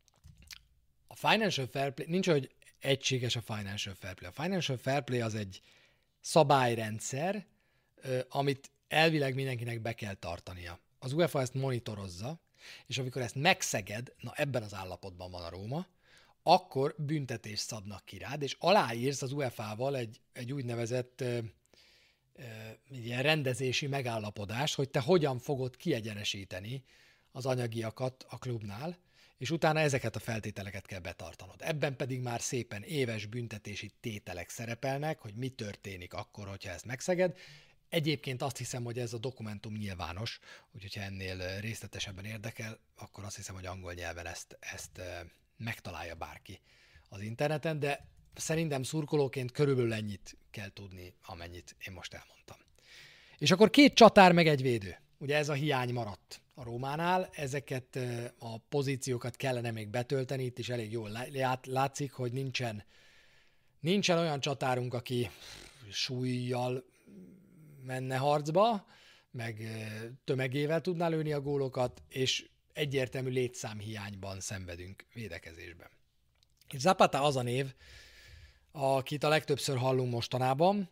A Financial Fair Play, nincs, hogy egységes a Financial Fair Play. A Financial Fair Play az egy szabályrendszer, amit elvileg mindenkinek be kell tartania. Az UEFA ezt monitorozza, és amikor ezt megszeged, na ebben az állapotban van a Róma, akkor büntetést szabnak ki rád, és aláírsz az u e fá-val egy, egy úgynevezett ö, ö, ilyen rendezési megállapodást, hogy te hogyan fogod kiegyenesíteni az anyagiakat a klubnál, és utána ezeket a feltételeket kell betartanod. Ebben pedig már szépen éves büntetési tételek szerepelnek, hogy mi történik akkor, hogyha ezt megszeged. Egyébként azt hiszem, hogy ez a dokumentum nyilvános, úgyhogy ha ennél részletesebben érdekel, akkor azt hiszem, hogy angol nyelven ezt, ezt megtalálja bárki az interneten, de szerintem szurkolóként körülbelül ennyit kell tudni, amennyit én most elmondtam. És akkor két csatár meg egy védő. Ugye ez a hiány maradt a Rómánál, ezeket a pozíciókat kellene még betölteni, itt is elég jól látszik, hogy nincsen, nincsen olyan csatárunk, aki súlyjal menne harcba, meg tömegével tudná lőni a gólokat, és egyértelmű létszámhiányban szenvedünk védekezésben. És Zapata az a név, akit a legtöbbször hallunk mostanában,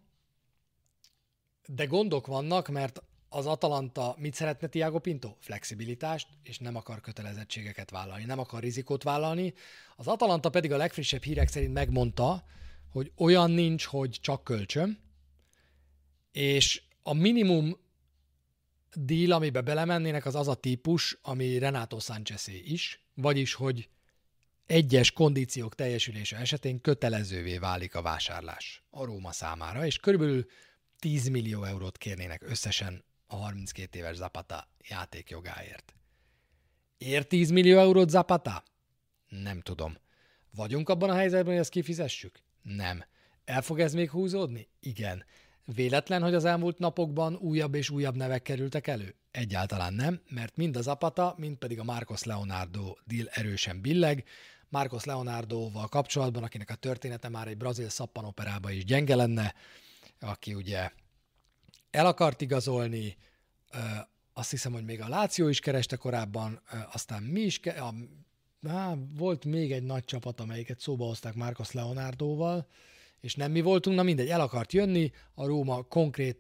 de gondok vannak, mert az Atalanta mit szeretne Thiago Pinto? Flexibilitást, és nem akar kötelezettségeket vállalni, nem akar rizikót vállalni. Az Atalanta pedig a legfrissebb hírek szerint megmondta, hogy olyan nincs, hogy csak kölcsön, és a minimum deal, amiben belemennének, az az a típus, ami Renato Sanchezé is, vagyis, hogy egyes kondíciók teljesülése esetén kötelezővé válik a vásárlás a Róma számára, és körülbelül tíz millió eurót kérnének összesen a harminckét éves Zapata játékjogáért. Ér tíz millió eurót Zapata? Nem tudom. Vagyunk abban a helyzetben, hogy ezt kifizessük? Nem. El fog ez még húzódni? Igen. Véletlen, hogy az elmúlt napokban újabb és újabb nevek kerültek elő? Egyáltalán nem, mert mind a Zapata, mind pedig a Marcos Leonardo deal erősen billeg. Marcos Leonardoval kapcsolatban, akinek a története már egy brazil szappanoperában is gyenge lenne, aki ugye el akart igazolni, azt hiszem, hogy még a Lazio is kereste korábban, aztán mi is, ke- a, á, volt még egy nagy csapat, amelyiket szóba hozták Marcos Leonardoval, és nem mi voltunk, na mindegy, el akart jönni, a Róma konkrét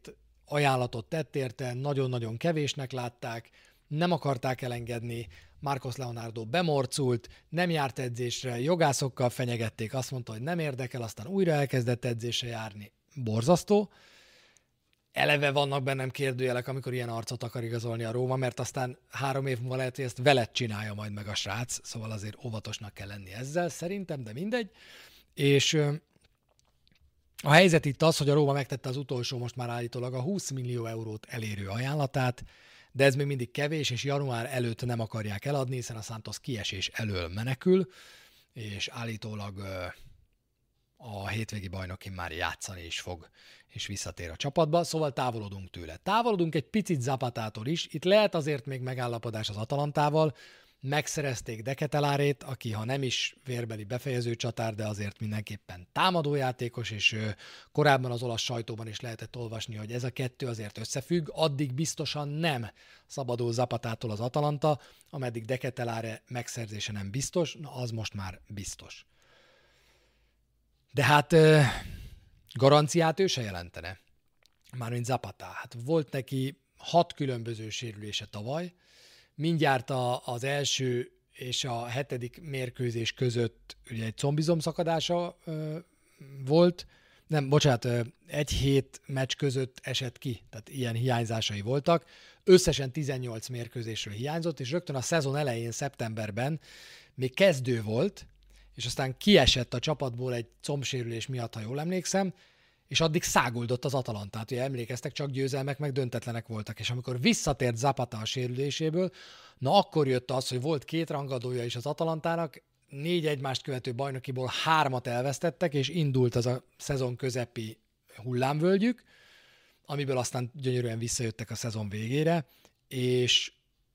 ajánlatot tett érte, nagyon-nagyon kevésnek látták, nem akarták elengedni, Marcos Leonardo bemorcult, nem járt edzésre, jogászokkal fenyegették, azt mondta, hogy nem érdekel, aztán újra elkezdett edzésre járni. Borzasztó. Eleve vannak bennem kérdőjelek, amikor ilyen arcot akar igazolni a Róma, mert aztán három év múlva lehet, hogy ezt veled csinálja majd meg a srác, szóval azért óvatosnak kell lenni ezzel szerintem, de mindegy. És a helyzet itt az, hogy a Róma megtette az utolsó, most már állítólag a húsz millió eurót elérő ajánlatát, de ez még mindig kevés, és január előtt nem akarják eladni, hiszen a Santos kiesés elől menekül, és állítólag a hétvégi bajnokin már játszani is fog, és visszatér a csapatba, szóval távolodunk tőle. Távolodunk egy picit Zapatától is, itt lehet azért még megállapodás az Atalantával, megszerezték De Ketelárét, aki ha nem is vérbeli befejező csatár, de azért mindenképpen támadójátékos, és korábban az olasz sajtóban is lehetett olvasni, hogy ez a kettő azért összefügg, addig biztosan nem szabadul Zapatától az Atalanta, ameddig De Ketelare megszerzése nem biztos, na az most már biztos. De hát garanciát ő se jelentene, mármint Zapata. Hát volt neki hat különböző sérülése tavaly, mindjárt a, az első és a hetedik mérkőzés között ugye egy combizomszakadása ö, volt, nem, bocsánat, ö, egy hét meccs között esett ki, tehát ilyen hiányzásai voltak. Összesen tizennyolc mérkőzésről hiányzott, és rögtön a szezon elején, szeptemberben még kezdő volt, és aztán kiesett a csapatból egy combsérülés miatt, ha jól emlékszem, és addig száguldott az Atalantát, ugye emlékeztek, csak győzelmek meg döntetlenek voltak, és amikor visszatért Zapata a sérüléséből, na akkor jött az, hogy volt két rangadója is az Atalantának, négy egymást követő bajnokiból hármat elvesztettek, és indult az a szezon közepi hullámvölgyük, amiből aztán gyönyörűen visszajöttek a szezon végére, és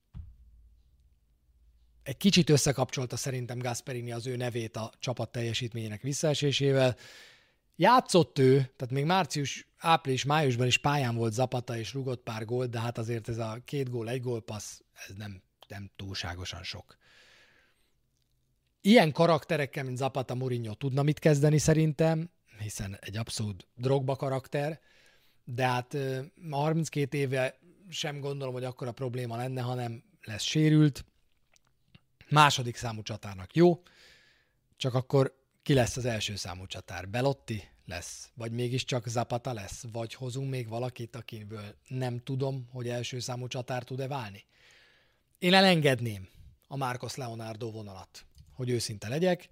egy kicsit összekapcsolta szerintem Gasperini az ő nevét a csapat teljesítményének visszaesésével. Játszott ő, tehát még március, április, májusban is pályán volt Zapata, és rugott pár gólt, de hát azért ez a két gól, egy gólpassz, ez nem, nem túlságosan sok. Ilyen karakterekkel, mint Zapata, Mourinho tudna mit kezdeni szerintem, hiszen egy abszolút Drogba karakter, de hát harminckét éve sem gondolom, hogy akkora probléma lenne, hanem lesz sérült. Második számú csatárnak jó, csak akkor ki lesz az első számú csatár? Belotti lesz? Vagy mégiscsak Zapata lesz? Vagy hozunk még valakit, akiből nem tudom, hogy első számú csatár tud-e válni? Én elengedném a Marcos Leonardo vonalat, hogy őszinte legyek,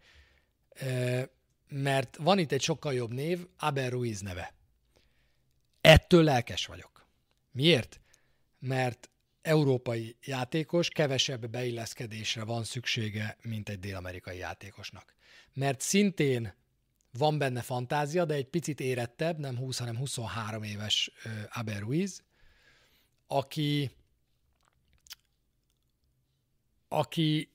mert van itt egy sokkal jobb név, Abel Ruiz neve. Ettől lelkes vagyok. Miért? Mert európai játékos, kevesebb beilleszkedésre van szüksége, mint egy dél-amerikai játékosnak. Mert szintén van benne fantázia, de egy picit érettebb, nem húsz, hanem huszonhárom éves Abel Ruiz, aki, aki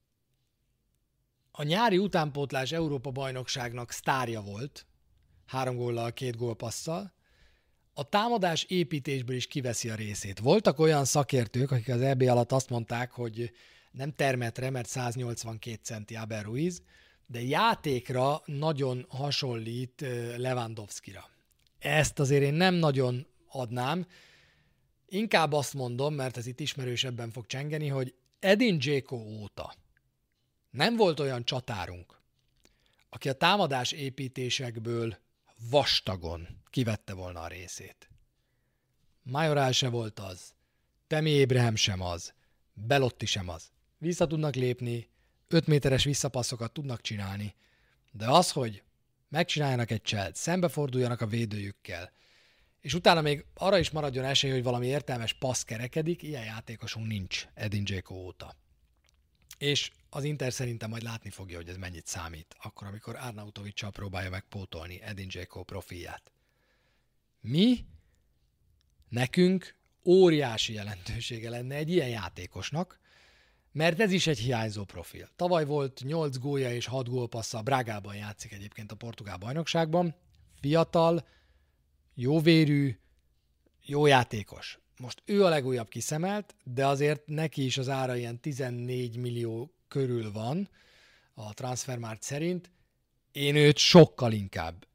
a nyári utánpótlás Európa-bajnokságnak sztárja volt, három góllal, két gólpasszal, a támadás építésből is kiveszi a részét. Voltak olyan szakértők, akik az é bé alatt azt mondták, hogy nem termetre, mert száznyolcvankét centi Abel Ruiz, de játékra nagyon hasonlít Lewandowskira. Ezt azért én nem nagyon adnám. Inkább azt mondom, mert ez itt ismerősebben fog csengeni, hogy Edin Dzeko óta nem volt olyan csatárunk, aki a támadás építésekből vastagon kivette volna a részét. Majoral se volt az, Tammy Abraham sem az, Belotti sem az. Vissza tudnak lépni, öt méteres visszapasszokat tudnak csinálni, de az, hogy megcsináljanak egy cselt, szembeforduljanak a védőjükkel, és utána még arra is maradjon esély, hogy valami értelmes passz kerekedik, ilyen játékosunk nincs Edin Dzeko óta. És az Inter szerintem majd látni fogja, hogy ez mennyit számít, akkor, amikor Arnautovic-sal próbálja megpótolni Edin Dzeko profilját. Mi? Nekünk óriási jelentősége lenne egy ilyen játékosnak, mert ez is egy hiányzó profil. Tavaly volt nyolc gólja és hat gólpassza, Brágában játszik egyébként a portugál bajnokságban. Fiatal, jóvérű, jó játékos. Most ő a legújabb kiszemelt, de azért neki is az ára ilyen tizennégy millió körül van a Transfermarkt szerint. Én őt sokkal inkább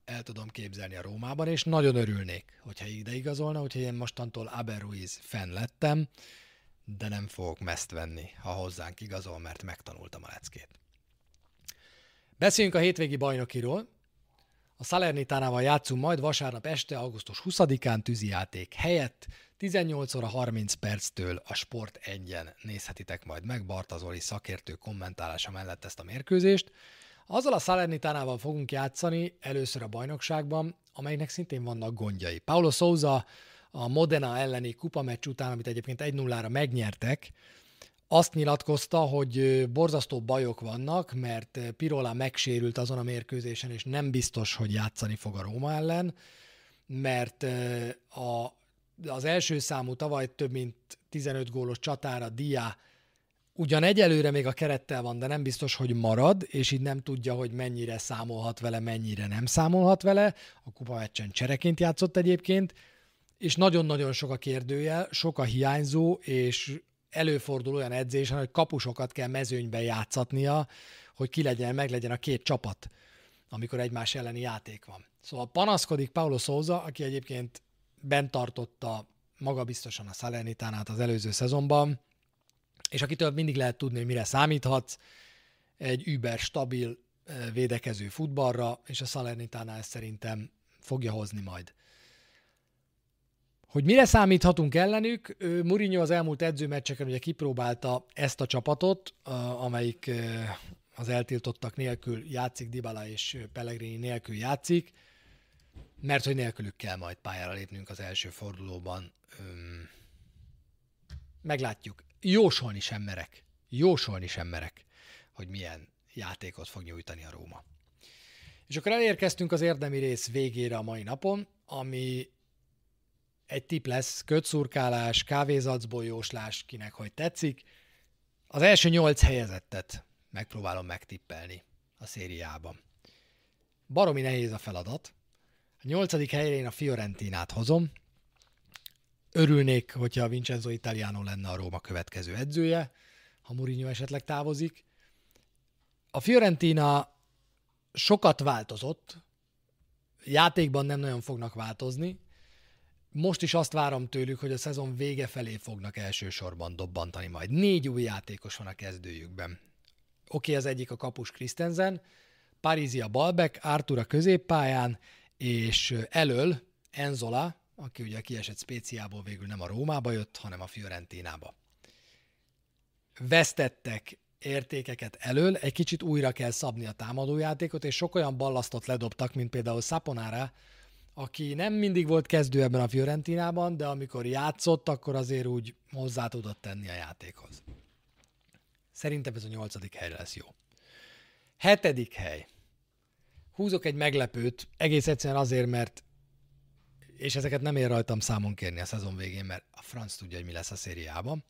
el tudom képzelni a Rómában, és nagyon örülnék, hogyha ide igazolna, úgyhogy én mostantól Abel Ruiz fan lettem, de nem fogok meszt venni, ha hozzánk igazol, mert megtanultam a leckét. Beszéljünk a hétvégi bajnokiról. A Salernitánával játszunk majd vasárnap este, augusztus huszadikán tűzijáték helyett, tizennyolc óra harminc perctől a Sport egyen nézhetitek majd meg Barta Zoli szakértő kommentálása mellett ezt a mérkőzést. Azzal a Salernitánával fogunk játszani először a bajnokságban, amelynek szintén vannak gondjai. Paulo Sousa a Modena elleni kupameccs után, amit egyébként egy nullára megnyertek, azt nyilatkozta, hogy borzasztó bajok vannak, mert Pirola megsérült azon a mérkőzésen, és nem biztos, hogy játszani fog a Róma ellen, mert a, az első számú tavaly több mint tizenöt gólos csatára Dia ugyan egyelőre még a kerettel van, de nem biztos, hogy marad, és így nem tudja, hogy mennyire számolhat vele, mennyire nem számolhat vele. A kupameccsen csereként játszott egyébként, és nagyon-nagyon sok a kérdőjel, sok a hiányzó, és előfordul olyan edzésen, hogy kapusokat kell mezőnyben játszatnia, hogy ki legyen, meg legyen a két csapat, amikor egymás elleni játék van. Szóval panaszkodik Paulo Sousa, aki egyébként bent tartotta magabiztosan a Salernitánát az előző szezonban, és akitől mindig lehet tudni, hogy mire számíthatsz, egy über stabil védekező futballra, és a Salernitánál ezt szerintem fogja hozni majd. Hogy mire számíthatunk ellenük, Mourinho az elmúlt edzőmeccseken ugye kipróbálta ezt a csapatot, amelyik az eltiltottak nélkül játszik, Dybala és Pellegrini nélkül játszik, mert hogy nélkülük kell majd pályára lépnünk az első fordulóban. Meglátjuk. Jósolni sem merek. Jósolni sem merek, hogy milyen játékot fog nyújtani a Róma. És akkor elérkeztünk az érdemi rész végére a mai napon, ami egy tipp lesz, kötszurkálás, kávézacból jóslás, kinek hogy tetszik. Az első nyolc helyezettet megpróbálom megtippelni a szériában. Baromi nehéz a feladat. A nyolcadik helyre én a Fiorentinát hozom. Örülnék, hogyha a Vincenzo Italiano lenne a Róma következő edzője, ha Mourinho esetleg távozik. A Fiorentina sokat változott, játékban nem nagyon fognak változni. Most is azt várom tőlük, hogy a szezon vége felé fognak elsősorban dobbantani majd. Négy új játékos van a kezdőjükben. Oké, okay, az egyik a kapus Christensen, Parisi a balbek, Artur a középpályán, és elöl Enzola, aki ugye kiesett Spéciából, végül nem a Rómába jött, hanem a Fiorentinába. Vesztettek értékeket elől, egy kicsit újra kell szabni a támadójátékot, és sok olyan ballasztot ledobtak, mint például Saponara, aki nem mindig volt kezdő ebben a Fiorentinában, de amikor játszott, akkor azért úgy hozzá tudott tenni a játékhoz. Szerintem ez a nyolcadik helyre lesz jó. Hetedik hely. Húzok egy meglepőt, egész egyszerűen azért, mert és ezeket nem ér rajtam számon kérni a szezon végén, mert a franc tudja, hogy mi lesz a szériában.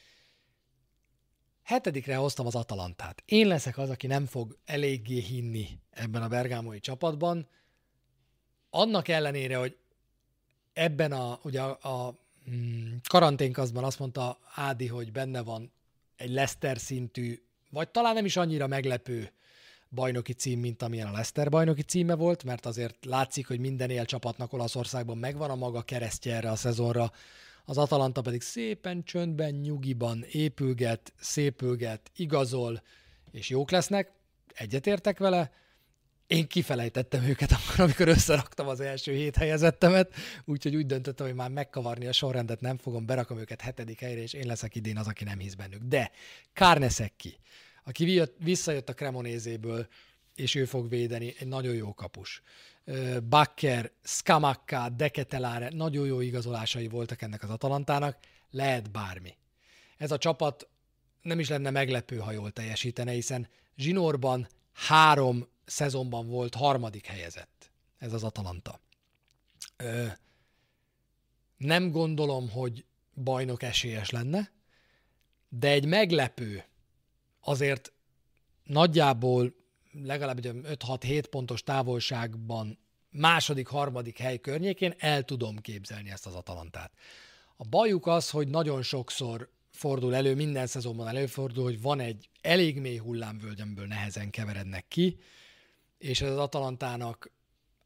Hetedikre hoztam az Atalantát. Én leszek az, aki nem fog eléggé hinni ebben a bergámoi csapatban. Annak ellenére, hogy ebben a, ugye a, a mm, karanténkaszban azt mondta Ádi, hogy benne van egy Leicester szintű, vagy talán nem is annyira meglepő bajnoki cím, mint amilyen a Leicester bajnoki címe volt, mert azért látszik, hogy minden élcsapatnak Olaszországban megvan a maga keresztje erre a szezonra, az Atalanta pedig szépen csöndben, nyugiban épülget, szépülget, igazol, és jók lesznek, egyetértek vele. Én kifelejtettem őket akkor, amikor összeraktam az első hét helyezettemet, úgyhogy úgy döntöttem, hogy már megkavarni a sorrendet nem fogom, berakom őket hetedik helyre, és én leszek idén az, aki nem hisz bennük. De Carnesecchi, aki visszajött a Cremonézéből, és ő fog védeni, egy nagyon jó kapus. Bakker, Scamacca, De Ketelaere, nagyon jó igazolásai voltak ennek az Atalantának, lehet bármi. Ez a csapat nem is lenne meglepő, ha jól teljesítene, hiszen zsinórban három szezonban volt harmadik helyezett ez az Atalanta. Ö, nem gondolom, hogy bajnok esélyes lenne, de egy meglepő azért nagyjából legalább öt-hat-hét pontos távolságban második, harmadik hely környékén el tudom képzelni ezt az Atalantát. A bajuk az, hogy nagyon sokszor fordul elő, minden szezonban előfordul, hogy van egy elég mély hullámvölgy, amiből nehezen keverednek ki, és ez az Atalantának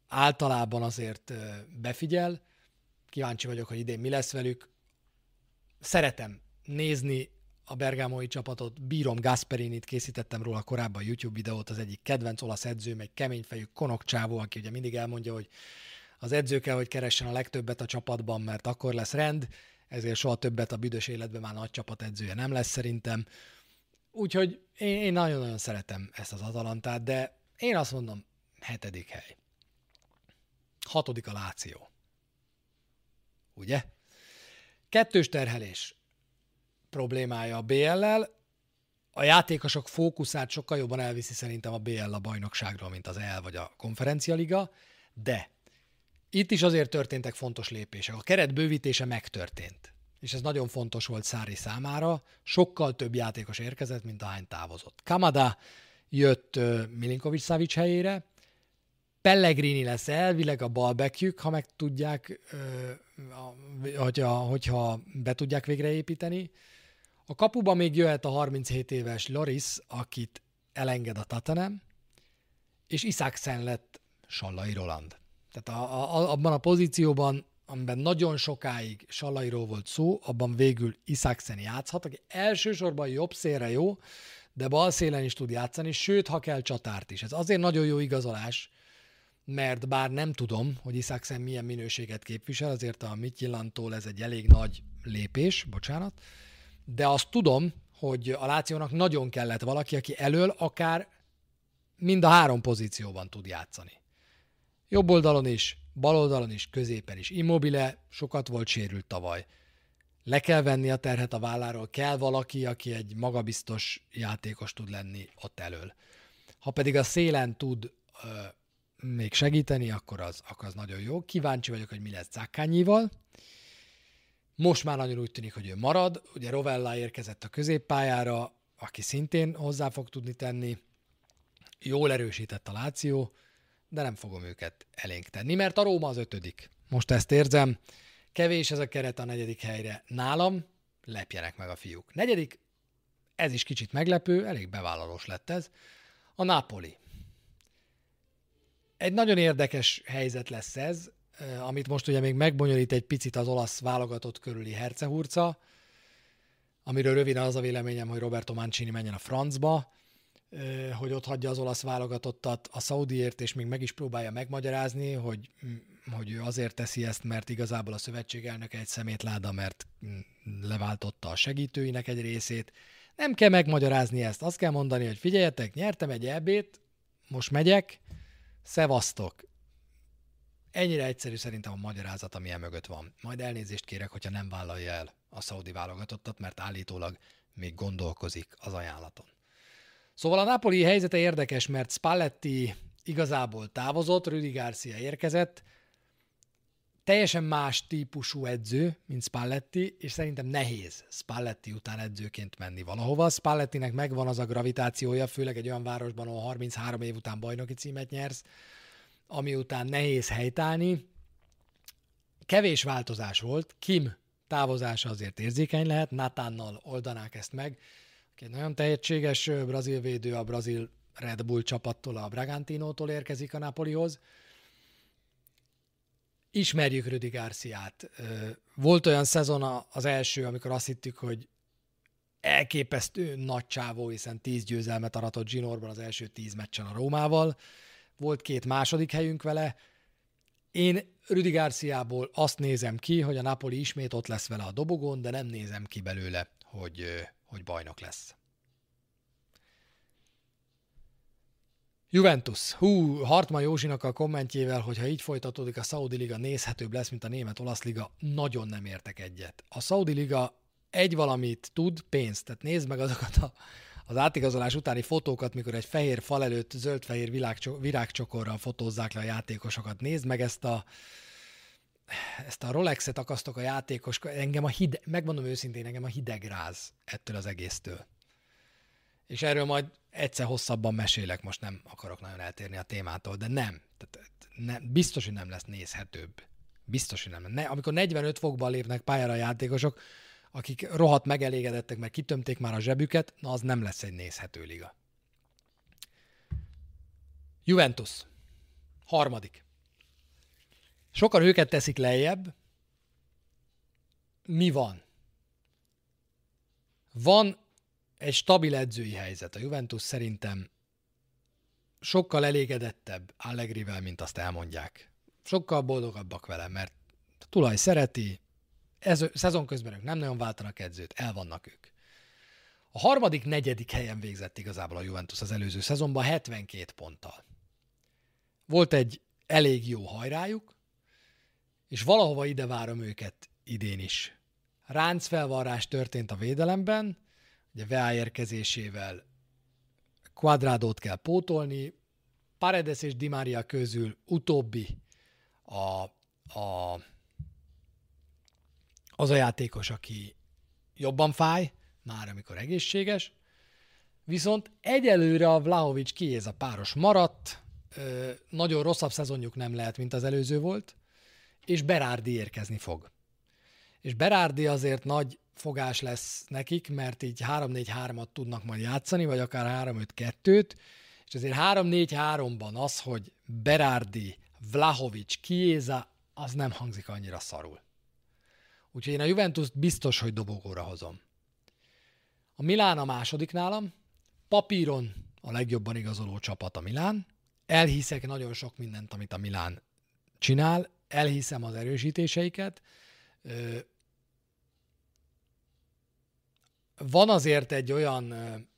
általában azért befigyel. Kíváncsi vagyok, hogy idén mi lesz velük. Szeretem nézni a bergámói csapatot, bírom Gasperinit, készítettem róla korábban YouTube videót, az egyik kedvenc olasz edzőm, egy keményfejű konokcsávó, aki ugye mindig elmondja, hogy az edző kell, hogy keressen a legtöbbet a csapatban, mert akkor lesz rend, ezért soha többet a büdös életben már nagy csapat edzője nem lesz szerintem. Úgyhogy én, én nagyon-nagyon szeretem ezt az Atalantát, de én azt mondom, hetedik hely. Hatodik a Láció. Ugye? Kettős terhelés problémája a bé el-lel. A játékosok fókuszát sokkal jobban elviszi szerintem a bé el a bajnokságról, mint az E L vagy a konferencialiga, de itt is azért történtek fontos lépések. A keret bővítése megtörtént, és ez nagyon fontos volt Sarri számára. Sokkal több játékos érkezett, mint ahány távozott. Kamada jött uh, Milinković-Savić helyére, Pellegrini lesz elvileg a balbackjük, ha meg tudják, uh, hogyha, hogyha be tudják végre építeni. A kapuban még jöhet a harminchét éves Loris, akit elenged a Tottenham, és Isaksen lett Sallai Roland. Tehát a, a, abban a pozícióban, amiben nagyon sokáig Sallairól volt szó, abban végül Isaksen játszhat, aki elsősorban jobb szélre jó, de bal szélen is tud játszani, sőt, ha kell csatárt is. Ez azért nagyon jó igazolás, mert bár nem tudom, hogy Isaksen milyen minőséget képvisel, azért a Midtjyllandtól ez egy elég nagy lépés, bocsánat, de azt tudom, hogy a Lációnak nagyon kellett valaki, aki elől akár mind a három pozícióban tud játszani. Jobb oldalon is, bal oldalon is, középen is. Immobile sokat volt sérült tavaly. Le kell venni a terhet a válláról, kell valaki, aki egy magabiztos játékos tud lenni ott elől. Ha pedig a szélen tud ö, még segíteni, akkor az, akkor az nagyon jó. Kíváncsi vagyok, hogy mi lesz Zaccagnival. Most már nagyon úgy tűnik, hogy ő marad. Ugye Rovella érkezett a középpályára, aki szintén hozzá fog tudni tenni. Jól erősített a Láció, de nem fogom őket elénk tenni, mert a Róma az ötödik. Most ezt érzem. Kevés ez a keret a negyedik helyre. Nálam lepjenek meg a fiúk. Negyedik, ez is kicsit meglepő, elég bevállalós lett ez. A Napoli. Egy nagyon érdekes helyzet lesz ez, amit most ugye még megbonyolít egy picit az olasz válogatott körüli hercehurca, amiről röviden az a véleményem, hogy Roberto Mancini menjen a francba, hogy ott hagyja az olasz válogatottat a Szaudiért, és még meg is próbálja megmagyarázni, hogy, hogy ő azért teszi ezt, mert igazából a szövetség elnöke egy szemétláda, mert leváltotta a segítőinek egy részét. Nem kell megmagyarázni ezt, azt kell mondani, hogy figyeljetek, nyertem egy é bét, most megyek, szevasztok. Ennyire egyszerű szerintem a magyarázat, ami el mögött van. Majd elnézést kérek, hogyha nem vállalja el a szaudi válogatottat, mert állítólag még gondolkozik az ajánlaton. Szóval a Napoli helyzete érdekes, mert Spalletti igazából távozott, Rüdi Garcia érkezett, teljesen más típusú edző, mint Spalletti, és szerintem nehéz Spalletti után edzőként menni valahova. Spallettinek megvan az a gravitációja, főleg egy olyan városban, ahol harminchárom év után bajnoki címet nyersz, ami után nehéz helytállni. Kevés változás volt, Kim távozása azért érzékeny lehet, Natánnal oldanák ezt meg, egy nagyon tehetséges brazil védő, a brazil Red Bull csapattól, a Bragantinótól érkezik a Napolihoz. Ismerjük Rüdi Garciát. Volt olyan szezon az első, amikor azt hittük, hogy elképesztő nagy csávó, hiszen tíz győzelmet aratott zsinórban az első tíz meccsen a Rómával. Volt két második helyünk vele. Én Rüdi Garciából azt nézem ki, hogy a Napoli ismét ott lesz vele a dobogón, de nem nézem ki belőle, hogy, hogy bajnok lesz. Juventus. Hú, Hartmann Józsinak a kommentjével, hogy ha így folytatódik, a Saudi Liga nézhetőbb lesz, mint a német-olasz liga, nagyon nem értek egyet. A Saudi Liga egy valamit tud, pénzt. Tehát nézd meg azokat a, az átigazolás utáni fotókat, mikor egy fehér fal előtt zöld-fehér virágcsokorral fotózzák le a játékosokat. Nézd meg ezt a, ezt a Rolexet akasztok a játékos, engem a hideg, megmondom őszintén, engem a hideg ráz ettől az egésztől. És erről majd egyszer hosszabban mesélek, most nem akarok nagyon eltérni a témától, de nem. Tehát nem biztos, hogy nem lesz nézhetőbb. Biztos, hogy nem. Ne, amikor negyvenöt fokban lépnek pályára a játékosok, akik rohadt megelégedettek, mert kitömték már a zsebüket, na az nem lesz egy nézhető liga. Juventus. Harmadik. Sokan őket teszik lejjebb. Mi van? Van egy stabil edzői helyzet. A Juventus szerintem sokkal elégedettebb Allegrivel, mint azt elmondják. Sokkal boldogabbak vele, mert a tulaj szereti, ez, szezon közben ők nem nagyon váltanak edzőt, el vannak ők. A harmadik, negyedik helyen végzett igazából a Juventus az előző szezonban hetvenkét ponttal. Volt egy elég jó hajrájuk, és valahova ide várom őket idén is. Ráncfelvarrás történt a védelemben, ugye Vea érkezésével Quadradót kell pótolni, Paredes és Di Maria közül utóbbi a, a, az a játékos, aki jobban fáj, már amikor egészséges, viszont egyelőre a Vlahovics-Chiesa páros maradt, ö, nagyon rosszabb szezonjuk nem lehet, mint az előző volt, és Berardi érkezni fog. És Berardi azért nagy fogás lesz nekik, mert így három négy hármat tudnak majd játszani, vagy akár három öt kettőt, és azért három négy háromban az, hogy Berardi, Vlahovics, Chiesa, az nem hangzik annyira szarul. Úgyhogy én a Juventust biztos, hogy dobogóra hozom. A Milán a második nálam, papíron a legjobban igazoló csapat a Milán. Elhiszek nagyon sok mindent, amit a Milán csinál, elhiszem az erősítéseiket. Van azért egy olyan,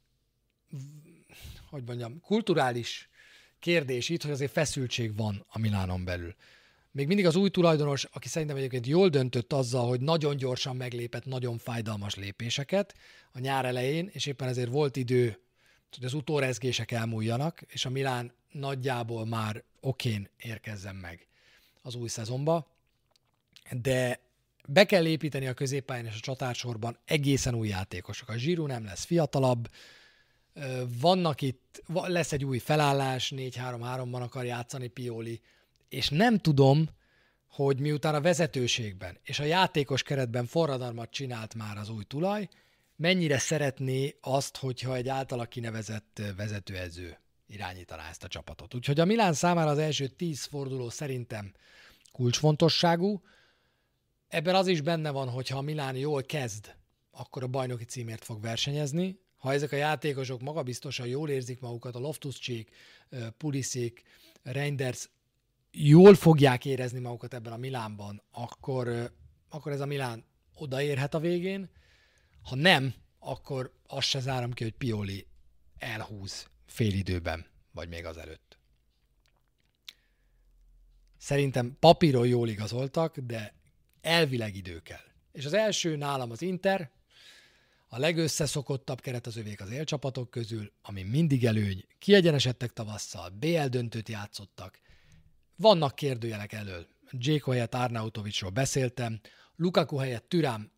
hogy mondjam, kulturális kérdés itt, hogy azért feszültség van a Milánon belül. Még mindig az új tulajdonos, aki szerintem egyébként jól döntött azzal, hogy nagyon gyorsan meglépett nagyon fájdalmas lépéseket a nyár elején, és éppen ezért volt idő, hogy az utórezgések elmúljanak, és a Milán nagyjából már okén érkezzen meg az új szezonba. De be kell építeni a középpályán és a csatársorban egészen új játékosok. A Giroud nem lesz fiatalabb, vannak itt, lesz egy új felállás, négy három háromban akar játszani Pioli, és nem tudom, hogy miután a vezetőségben és a játékos keretben forradalmat csinált már az új tulaj, mennyire szeretné azt, hogyha egy általa kinevezett vezetőedző irányítaná ezt a csapatot. Úgyhogy a Milán számára az első tíz forduló szerintem kulcsfontosságú. Ebben az is benne van, hogy ha a Milán jól kezd, akkor a bajnoki címért fog versenyezni. Ha ezek a játékosok magabiztosan jól érzik magukat, a Loftus-Cheek, Pulisic, Reinders jól fogják érezni magukat ebben a Milánban, akkor, akkor ez a Milán odaérhet a végén. Ha nem, akkor azt se zárom ki, hogy Pioli elhúz fél időben, vagy még azelőtt. Szerintem papíron jól igazoltak, de elvileg idő kell. És az első nálam az Inter, a legösszeszokottabb keret az övék az élcsapatok közül, ami mindig előny, kiegyenesedtek tavasszal, bé el döntőt játszottak, vannak kérdőjelek elől. Dzséko helyett Arnautovicsról beszéltem, Lukaku helyett Thuram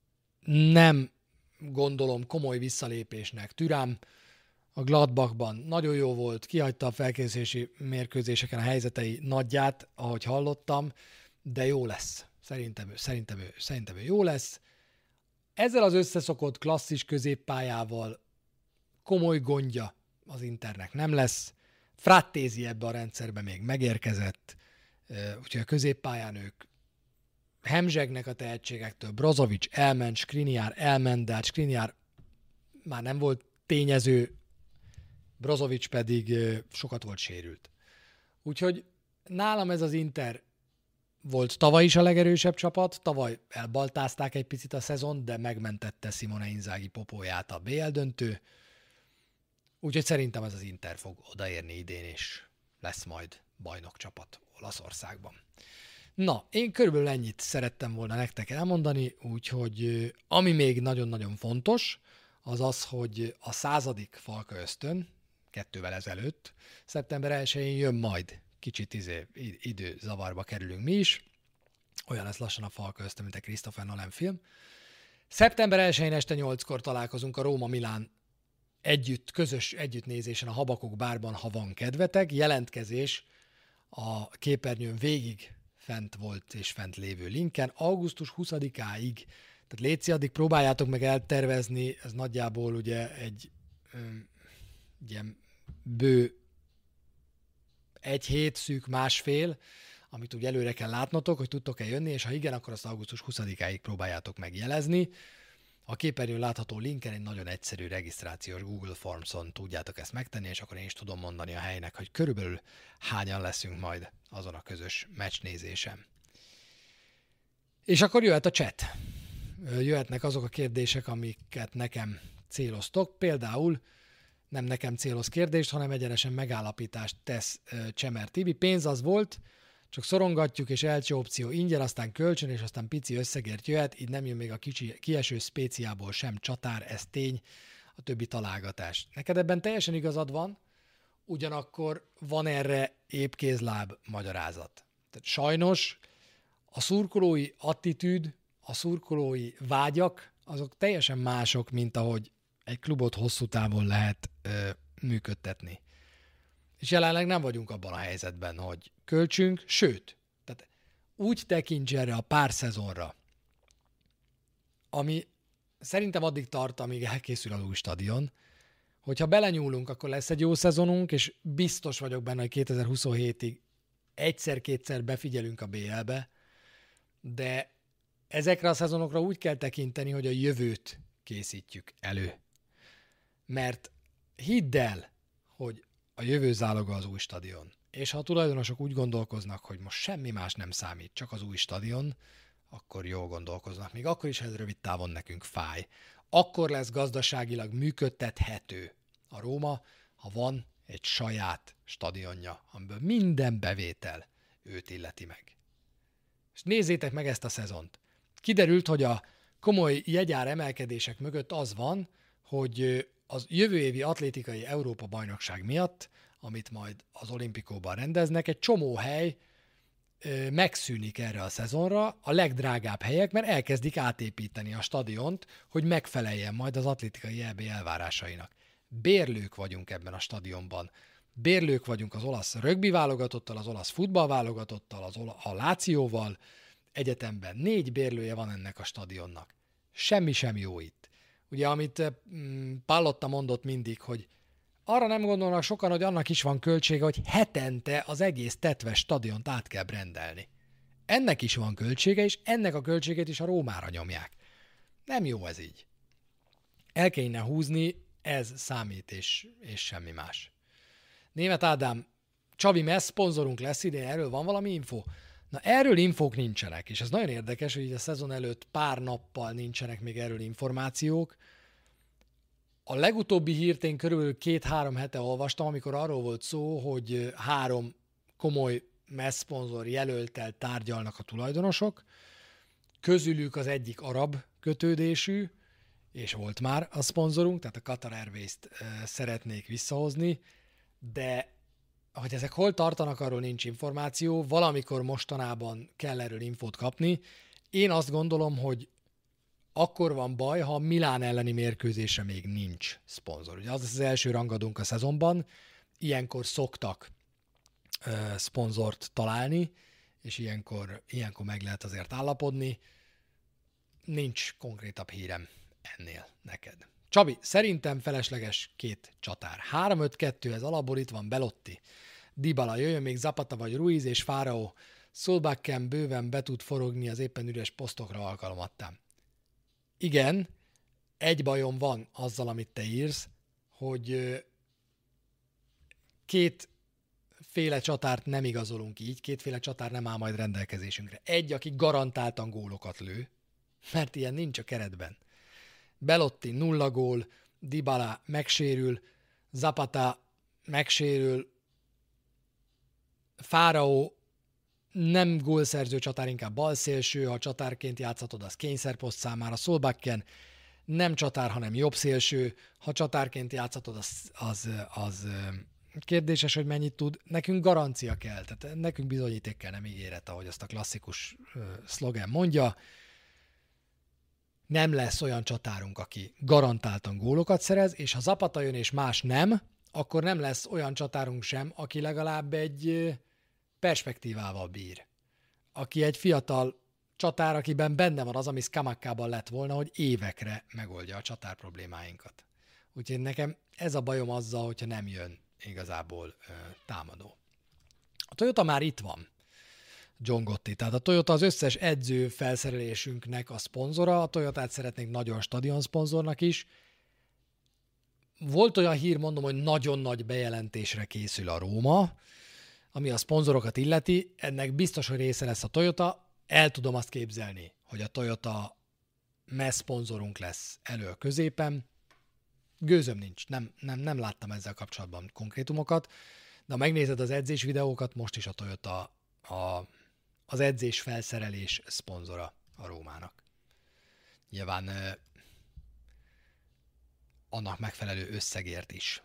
nem gondolom komoly visszalépésnek. Thuram a Gladbachban nagyon jó volt, kihagyta a felkészülési mérkőzéseken a helyzetei nagyját, ahogy hallottam, de jó lesz. Szerintem ő, szerintem ő, szerintem ő jó lesz. Ezzel az összeszokott klasszis középpályával komoly gondja az Internek nem lesz. Frattézi ebbe a rendszerbe még megérkezett, úgyhogy a középpályán ők hemzsegnek a tehetségektől. Brozovic elment, Skriniar elment, de hát Skriniar már nem volt tényező, Brozovic pedig sokat volt sérült. Úgyhogy nálam ez az Inter volt tavaly is a legerősebb csapat, tavaly elbaltázták egy picit a szezon, de megmentette Simone Inzaghi popóját a bé el döntő, úgyhogy szerintem ez az Inter fog odaérni idén, és lesz majd bajnokcsapat Olaszországban. Na, én körülbelül ennyit szerettem volna nektek elmondani, úgyhogy ami még nagyon-nagyon fontos, az az, hogy a századik Falka ösztön, kettővel ezelőtt, szeptember elsején jön majd, kicsit izé, időzavarba kerülünk mi is, olyan lesz lassan a Falka ösztön, mint a Christopher Nolan film. szeptember elsején este nyolckor találkozunk a Róma-Milán együtt, közös együttnézésen a Habakok bárban, ha van kedvetek. Jelentkezés a képernyőn végig fent volt és fent lévő linken. augusztus huszadikáig, tehát létszi, addig próbáljátok meg eltervezni, ez nagyjából ugye egy öm, ilyen bő egy hét, szűk másfél, amit úgy előre kell látnotok, hogy tudtok-e jönni, és ha igen, akkor azt augusztus huszadikáig próbáljátok megjelezni. A képernyőn látható linken egy nagyon egyszerű regisztrációs Google Formson tudjátok ezt megtenni, és akkor én is tudom mondani a helynek, hogy körülbelül hányan leszünk majd azon a közös meccsnézésen. És akkor jöhet a chat. Jöhetnek azok a kérdések, amiket nekem céloztok. Például nem nekem céloz kérdést, hanem egyenesen megállapítást tesz Csemer té vé. Pénz az volt, csak szorongatjuk, és első opció ingyen, aztán kölcsön, és aztán pici összegért jöhet, így nem jön még a kicsi, kieső spéciából sem csatár, ez tény, a többi találgatás. Neked ebben teljesen igazad van, ugyanakkor van erre épkézláb magyarázat. Tehát sajnos a szurkolói attitűd, a szurkolói vágyak, azok teljesen mások, mint ahogy egy klubot hosszú távon lehet ö, működtetni. És jelenleg nem vagyunk abban a helyzetben, hogy költsünk, sőt, tehát úgy tekints erre a pár szezonra, ami szerintem addig tart, amíg elkészül az új stadion, hogyha belenyúlunk, akkor lesz egy jó szezonunk, és biztos vagyok benne, hogy kétezer-huszonhétig egyszer-kétszer befigyelünk a bé el-be, de ezekre a szezonokra úgy kell tekinteni, hogy a jövőt készítjük elő. Mert hidd el, hogy a jövő záloga az új stadion. És ha a tulajdonosok úgy gondolkoznak, hogy most semmi más nem számít, csak az új stadion, akkor jól gondolkoznak. Még akkor is, ha ez rövid távon nekünk fáj. Akkor lesz gazdaságilag működtethető a Róma, ha van egy saját stadionja, amiből minden bevétel őt illeti meg. És nézzétek meg ezt a szezont. Kiderült, hogy a komoly jegyár emelkedések mögött az van, hogy az jövő évi atlétikai Európa-bajnokság miatt, amit majd az olimpikóban rendeznek, egy csomó hely ö, megszűnik erre a szezonra, a legdrágább helyek, mert elkezdik átépíteni a stadiont, hogy megfeleljen majd az atlétikai é bé elvárásainak. Bérlők vagyunk ebben a stadionban. Bérlők vagyunk az olasz rögbi válogatottal, az olasz futball válogatottal, az ola- a Lációval. Egyetemben négy bérlője van ennek a stadionnak. Semmi sem jó itt. Ugye, amit Pallotta mondott mindig, hogy arra nem gondolnak sokan, hogy annak is van költsége, hogy hetente az egész tetves stadiont át kell rendelni. Ennek is van költsége, és ennek a költségét is a Rómára nyomják. Nem jó ez így. El kell innen húzni, ez számít, és, és semmi más. Németh Ádám, Csavi Messz szponzorunk lesz idén, erről van valami info? Na, erről infók nincsenek, és ez nagyon érdekes, hogy a szezon előtt pár nappal nincsenek még erről információk. A legutóbbi hírt én körülbelül két-három hete olvastam, amikor arról volt szó, hogy három komoly messzponzor jelölttel tárgyalnak a tulajdonosok. Közülük az egyik arab kötődésű, és volt már a szponzorunk, tehát a Qatar Airways-t szeretnék visszahozni, de hogy ezek hol tartanak, arról nincs információ, valamikor mostanában kell erről infót kapni. Én azt gondolom, hogy akkor van baj, ha a Milán elleni mérkőzésre még nincs szponzor. Ugye az az első rangadónk a szezonban, ilyenkor szoktak ö, szponzort találni, és ilyenkor, ilyenkor meg lehet azért állapodni. Nincs konkrétabb hírem ennél neked. Csabi, szerintem felesleges két csatár. három öt kettő, ez alapból itt van Belotti. Dybala, jöjjön még Zapata vagy Ruiz és Fáraó. Solbakken bőven be tud forogni az éppen üres posztokra alkalmattán. Igen, egy bajom van azzal, amit te írsz, hogy kétféle csatárt nem igazolunk így, kétféle csatár nem áll majd rendelkezésünkre. Egy, aki garantáltan gólokat lő, mert ilyen nincs a keretben. Belotti nulla gól, Dybala megsérül, Zapata megsérül, Fáraó nem gólszerző csatár, inkább balszélső, ha csatárként játszhatod, az kényszerposzt számára. Solbakken nem csatár, hanem jobbszélső, ha csatárként játszhatod, az, az, az kérdéses, hogy mennyit tud. Nekünk garancia kell, tehát nekünk bizonyíték kell, nem ígéret, ahogy azt a klasszikus uh, szlogen mondja. Nem lesz olyan csatárunk, aki garantáltan gólokat szerez, és ha Zapata jön és más nem, akkor nem lesz olyan csatárunk sem, aki legalább egy perspektívával bír. Aki egy fiatal csatár, akiben benne van az, ami Scamaccában lett volna, hogy évekre megoldja a csatár problémáinkat. Úgyhogy nekem ez a bajom azzal, hogyha nem jön igazából ö, támadó. A Toyota már itt van. John Gotti. Tehát a Toyota az összes edző felszerelésünknek a szponzora, a Toyotát szeretnénk nagyon stadion szponzornak is. Volt olyan hír, mondom, hogy nagyon nagy bejelentésre készül a Róma, ami a szponzorokat illeti, ennek biztos, hogy része lesz a Toyota. El tudom azt képzelni, hogy a Toyota mez szponzorunk lesz elő középen. Gőzöm nincs, nem, nem, nem láttam ezzel kapcsolatban konkrétumokat, de ha megnézed az edzés videókat, most is a Toyota a, az edzés felszerelés szponzora a Rómának. Nyilván eh, annak megfelelő összegért is.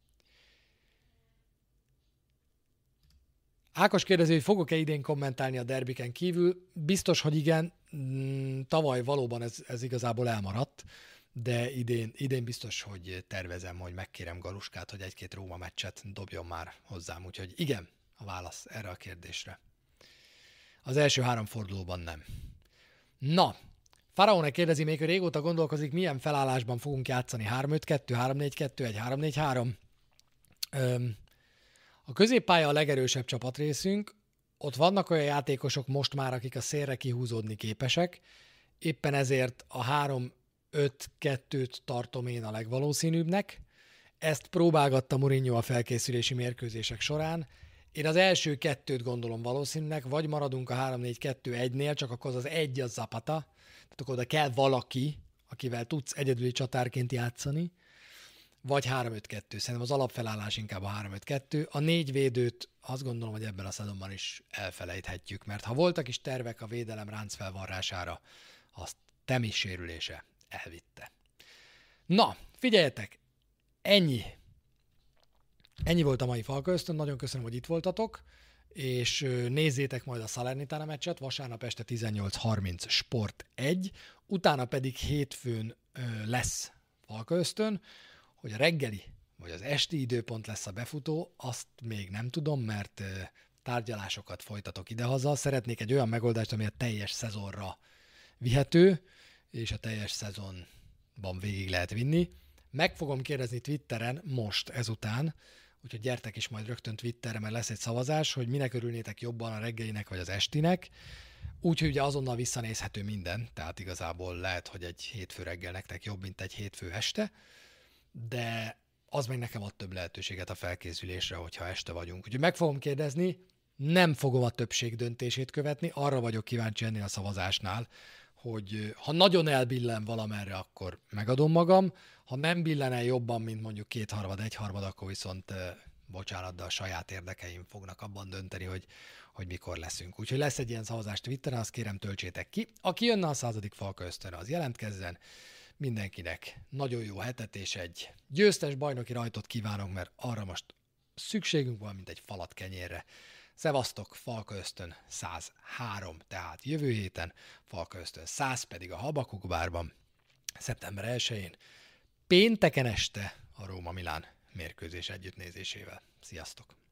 Ákos kérdezi, hogy fogok-e idén kommentálni a derbiken kívül. Biztos, hogy igen. Tavaly valóban ez, ez igazából elmaradt, de idén, idén biztos, hogy tervezem, hogy megkérem Galuskát, hogy egy-két Róma meccset dobjon már hozzám. Úgyhogy igen, a válasz erre a kérdésre. Az első három fordulóban nem. Na, Faraone kérdezi még, hogy régóta gondolkozik, milyen felállásban fogunk játszani. három öt kettő, három négy kettő, egy három négy három. Öm, A középpálya a legerősebb csapatrészünk, ott vannak olyan játékosok most már, akik a szélre kihúzódni képesek, éppen ezért a három öt kettőt tartom én a legvalószínűbbnek. Ezt próbálgatta Mourinho a felkészülési mérkőzések során. Én az első kettőt gondolom valószínűnek, vagy maradunk a három négy kettő egynél, csak akkor az egy az Zapata, tehát akkor oda kell valaki, akivel tudsz egyedüli csatárként játszani, vagy három öt kettő. Szerintem az alapfelállás inkább a három öt kettő. A négy védőt azt gondolom, hogy ebben a szezonban is elfelejthetjük, mert ha voltak is tervek a védelem ráncfelvarrására, azt Temi sérülése elvitte. Na, figyeljetek, ennyi. Ennyi volt a mai Falka Ösztön, nagyon köszönöm, hogy itt voltatok, és nézzétek majd a Salernitana meccset, vasárnap este tizennyolc harminc Sport egy, utána pedig hétfőn lesz Falka Ösztön. Hogy a reggeli vagy az esti időpont lesz a befutó, azt még nem tudom, mert tárgyalásokat folytatok idehaza. Szeretnék egy olyan megoldást, ami a teljes szezonra vihető, és a teljes szezonban végig lehet vinni. Meg fogom kérdezni Twitteren most ezután, úgyhogy gyertek is majd rögtön Twitterre, mert lesz egy szavazás, hogy minek örülnétek jobban, a reggelinek vagy az estinek. Úgyhogy ugye azonnal visszanézhető minden, tehát igazából lehet, hogy egy hétfő reggel nektek jobb, mint egy hétfő este, de az meg nekem ad több lehetőséget a felkészülésre, hogyha este vagyunk. Úgyhogy meg fogom kérdezni, nem fogom a többség döntését követni, arra vagyok kíváncsi ennél a szavazásnál, hogy ha nagyon elbillen valamerre, akkor megadom magam, ha nem billen el jobban, mint mondjuk kétharmad, egyharmad, akkor viszont bocsánat, de a saját érdekeim fognak abban dönteni, hogy, hogy mikor leszünk. Úgyhogy lesz egy ilyen szavazás Twitteren, azt kérem töltsétek ki. Aki jönne a századik Falka Ösztönre, az jelentkezzen. Mindenkinek nagyon jó hetet és egy győztes bajnoki rajtot kívánok, mert arra most szükségünk van, mint egy falat kenyérre. Szevasztok, Falka Ösztön száz három, tehát jövő héten, Falka Ösztön száz pedig a Habakuk bárban, szeptember elsején, pénteken este a Róma Milán mérkőzés együttnézésével. Sziasztok!